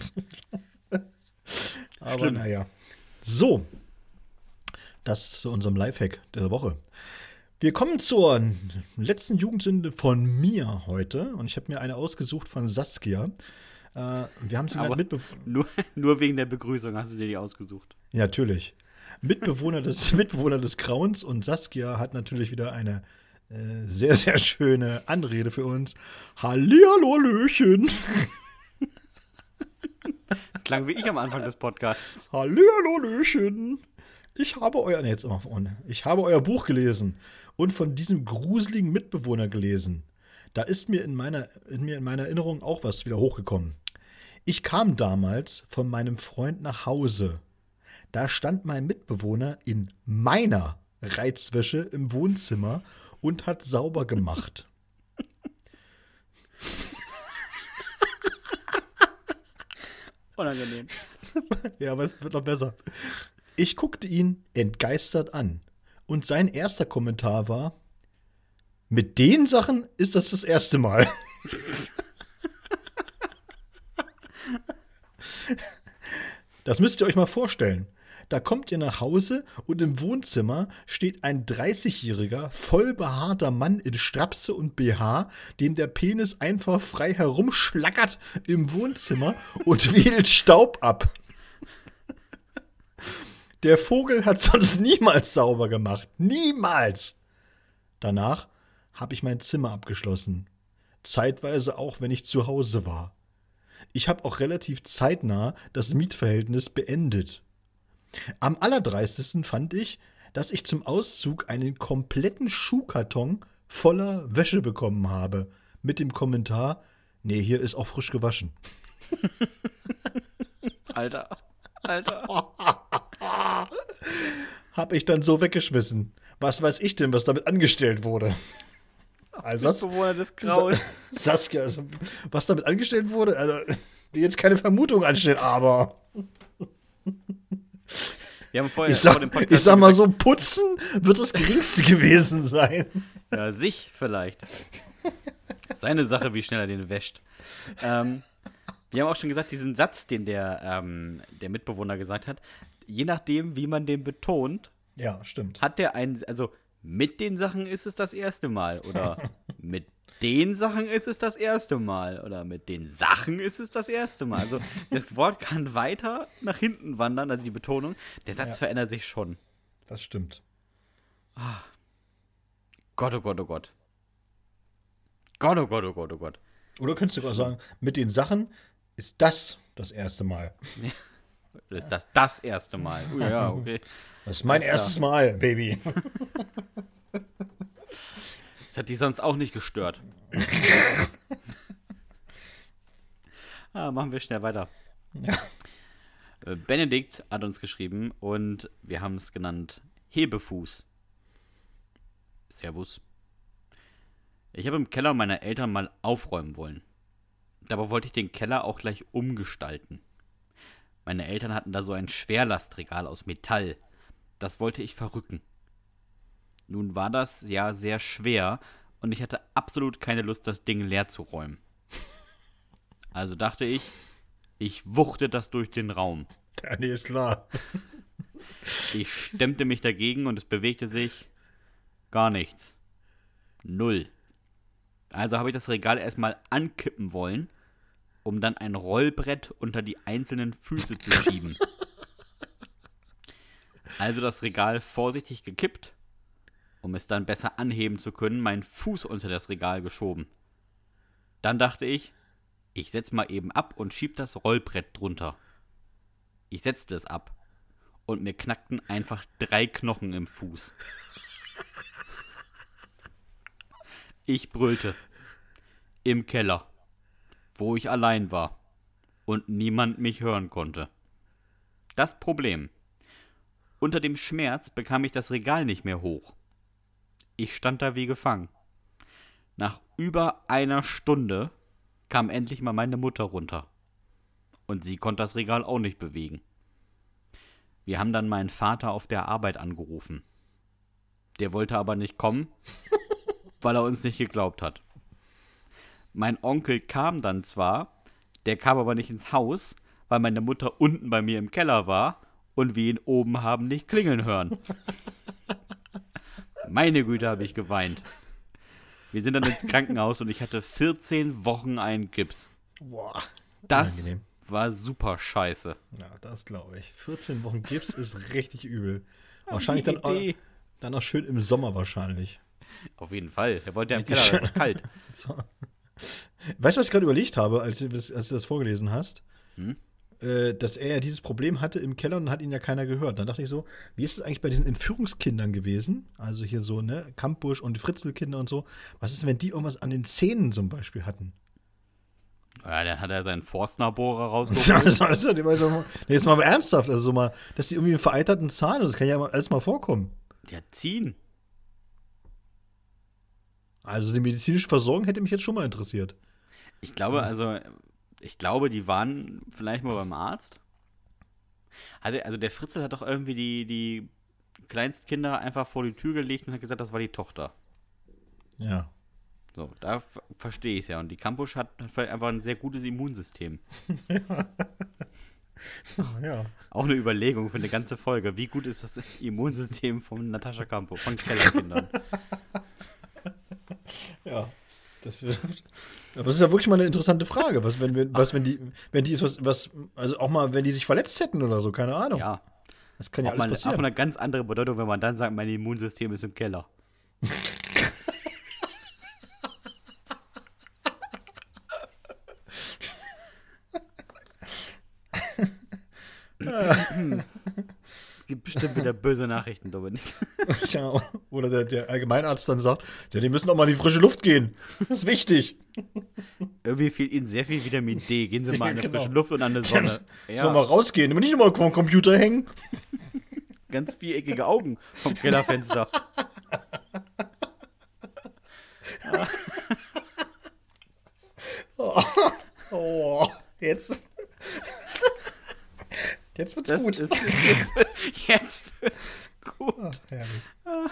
Aber naja. So. Das zu unserem Lifehack der Woche. Wir kommen zur letzten Jugendsünde von mir heute. Und ich habe mir eine ausgesucht von Saskia. Wir haben sie nur wegen der Begrüßung hast du dir die ausgesucht. Ja, natürlich. Mitbewohner des Grauens. Und Saskia hat natürlich wieder eine sehr, sehr schöne Anrede für uns. Hallihallo, Hallöchen. Das klang wie ich am Anfang des Podcasts. Hallihallo, Hallöchen. Ich habe euer Buch gelesen und von diesem gruseligen Mitbewohner gelesen. Da ist mir in meiner Erinnerung auch was wieder hochgekommen. Ich kam damals von meinem Freund nach Hause. Da stand mein Mitbewohner in meiner Reizwäsche im Wohnzimmer und hat sauber gemacht. Unangenehm. Ja, aber es wird noch besser. Ich guckte ihn entgeistert an und sein erster Kommentar war, mit den Sachen ist das erste Mal. Das müsst ihr euch mal vorstellen. Da kommt ihr nach Hause und im Wohnzimmer steht ein 30-jähriger, voll behaarter Mann in Strapse und BH, dem der Penis einfach frei herumschlackert im Wohnzimmer und wedelt Staub ab. Der Vogel hat sonst niemals sauber gemacht. Niemals. Danach habe ich mein Zimmer abgeschlossen. Zeitweise auch, wenn ich zu Hause war. Ich habe auch relativ zeitnah das Mietverhältnis beendet. Am allerdreistigsten fand ich, dass ich zum Auszug einen kompletten Schuhkarton voller Wäsche bekommen habe. Mit dem Kommentar, nee, hier ist auch frisch gewaschen. Alter. habe ich dann so weggeschmissen. Was weiß ich denn, was damit angestellt wurde? Also Mitbewohner des Grauens. Saskia, also, was damit angestellt wurde, also will jetzt keine Vermutung anstellen, aber Wir haben vorher ich vor dem Podcast ich sag mal so, putzen wird das geringste gewesen sein. Ja, sich vielleicht. Seine Sache, wie schnell er den wäscht. Wir haben auch schon gesagt, diesen Satz, den der Mitbewohner gesagt hat, je nachdem, wie man den betont, Ja, stimmt. hat der einen, also mit den Sachen ist es das erste Mal oder mit den Sachen ist es das erste Mal oder mit den Sachen ist es das erste Mal. Also das Wort kann weiter nach hinten wandern, also die Betonung. Der Satz verändert sich schon. Das stimmt. Gott, oh Gott, oh Gott. Gott, oh Gott, oh Gott, oh Gott. Oder könntest du auch sagen, mit den Sachen ist das erste Mal. Ist das erste Mal? Ja, okay. Das ist mein erstes Mal, Baby. Das hat die sonst auch nicht gestört. Machen wir schnell weiter. Ja. Benedikt hat uns geschrieben und wir haben es genannt Hebefuß. Servus. Ich habe im Keller meiner Eltern mal aufräumen wollen. Dabei wollte ich den Keller auch gleich umgestalten. Meine Eltern hatten da so ein Schwerlastregal aus Metall. Das wollte ich verrücken. Nun war das ja sehr schwer und ich hatte absolut keine Lust, das Ding leer zu räumen. Also dachte ich wuchte das durch den Raum. Ja, nee, ist klar. Ich stemmte mich dagegen und es bewegte sich gar nichts. Null. Also habe ich das Regal erstmal ankippen wollen, um dann ein Rollbrett unter die einzelnen Füße zu schieben. Also das Regal vorsichtig gekippt, um es dann besser anheben zu können, meinen Fuß unter das Regal geschoben. Dann dachte ich setz mal eben ab und schieb das Rollbrett drunter. Ich setzte es ab und mir knackten einfach 3 Knochen im Fuß. Ich brüllte. Im Keller, wo ich allein war und niemand mich hören konnte. Das Problem. Unter dem Schmerz bekam ich das Regal nicht mehr hoch. Ich stand da wie gefangen. Nach über einer Stunde kam endlich mal meine Mutter runter. Und sie konnte das Regal auch nicht bewegen. Wir haben dann meinen Vater auf der Arbeit angerufen. Der wollte aber nicht kommen, weil er uns nicht geglaubt hat. Mein Onkel kam dann zwar, der kam aber nicht ins Haus, weil meine Mutter unten bei mir im Keller war und wir ihn oben haben nicht klingeln hören. Meine Güte, habe ich geweint. Wir sind dann ins Krankenhaus und ich hatte 14 Wochen einen Gips. Boah. Das Unangenehm. war super scheiße. Ja, das glaube ich. 14 Wochen Gips ist richtig übel. Ja, Wahrscheinlich die Idee. dann auch schön im Sommer wahrscheinlich. Auf jeden Fall. Er wollte ja im Richtig Keller, schön. war kalt. So. Weißt du, was ich gerade überlegt habe, als du das vorgelesen hast? Dass er ja dieses Problem hatte im Keller und hat ihn ja keiner gehört. Dann dachte ich so, wie ist es eigentlich bei diesen Entführungskindern gewesen? Also hier so, ne, Kampbusch und Fritzelkinder und so. Was ist, wenn die irgendwas an den Zähnen zum Beispiel hatten? Ja, dann hat er seinen Forstnerbohrer rausgeholt. Jetzt mal ernsthaft, also so mal, dass die irgendwie einen vereiterten Zahn, das kann ja alles mal vorkommen. Ja, ziehen. Also die medizinische Versorgung hätte mich jetzt schon mal interessiert. Ich glaube, die waren vielleicht mal beim Arzt. Also der Fritzl hat doch irgendwie die Kleinstkinder einfach vor die Tür gelegt und hat gesagt, das war die Tochter. Ja. So, da verstehe ich es ja. Und die Kampusch hat vielleicht einfach ein sehr gutes Immunsystem. Ja. Auch eine Überlegung für eine ganze Folge. Wie gut ist das Immunsystem von Natascha Kampusch, von Kellerkindern? Ja. Aber das ist ja wirklich mal eine interessante Frage. Wenn die sich verletzt hätten oder so, keine Ahnung. Ja. Das kann ja alles Auch passieren. eine ganz andere Bedeutung, wenn man dann sagt, mein Immunsystem ist im Keller. Gibt bestimmt wieder böse Nachrichten, Dominik. Ja, oder der Allgemeinarzt dann sagt, ja, die müssen auch mal in die frische Luft gehen. Das ist wichtig. Irgendwie fehlt ihnen sehr viel Vitamin D. Gehen Sie mal in die Genau. frische Luft und an die Sonne. Ja. Mal rausgehen, aber nicht immer vor dem Computer hängen. ganz viereckige Augen vom Kellerfenster. Oh, jetzt wird's gut. Jetzt wird's gut. Ach, herrlich.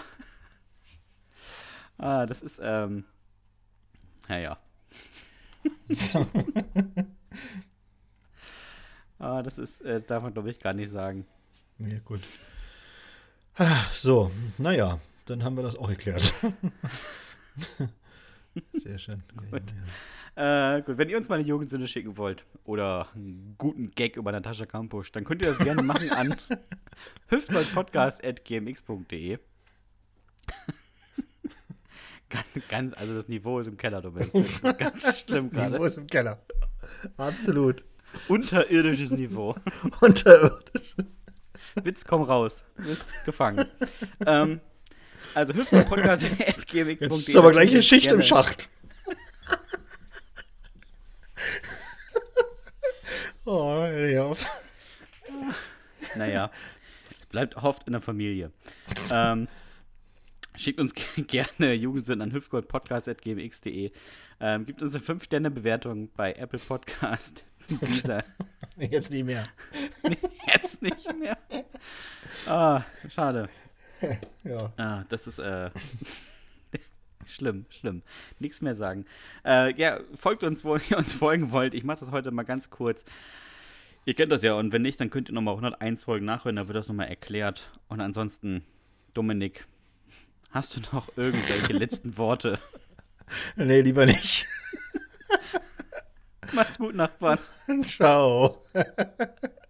Das ist, naja. So. Das ist, darf man, glaube ich, gar nicht sagen. Ja, gut. So, naja, dann haben wir das auch erklärt. Sehr schön. Gut. Gut, wenn ihr uns mal eine Jugendsünde schicken wollt oder einen guten Gag über Natascha Kampusch, dann könnt ihr das gerne machen an hüftgoldpodcast@gmx.de. Also das Niveau ist im Keller, Dominik. Das ist ganz schlimm Das Niveau gerade. ist im Keller. Absolut. Unterirdisches Niveau. Unterirdisch. Witz, komm raus. Du bist gefangen. Also hüftgoldpodcast@gmx.de. Jetzt ist aber gleich eine Schicht im Schacht. Oh, ja. Naja, es bleibt oft in der Familie. Schickt uns gerne Jugendsünden an hüftgoldpodcast@gmx.de. Gibt uns eine 5-Sterne-Bewertung bei Apple Podcast. Jetzt nicht mehr. Jetzt nicht mehr. Schade. Ja. Das ist schlimm. Nichts mehr sagen. Ja, folgt uns, wo ihr uns folgen wollt. Ich mache das heute mal ganz kurz. Ihr kennt das ja, und wenn nicht, dann könnt ihr nochmal 101 Folgen nachhören, da wird das nochmal erklärt. Und ansonsten, Dominik, hast du noch irgendwelche letzten Worte? Nee, lieber nicht. Macht's gut, Nachbarn. Ciao.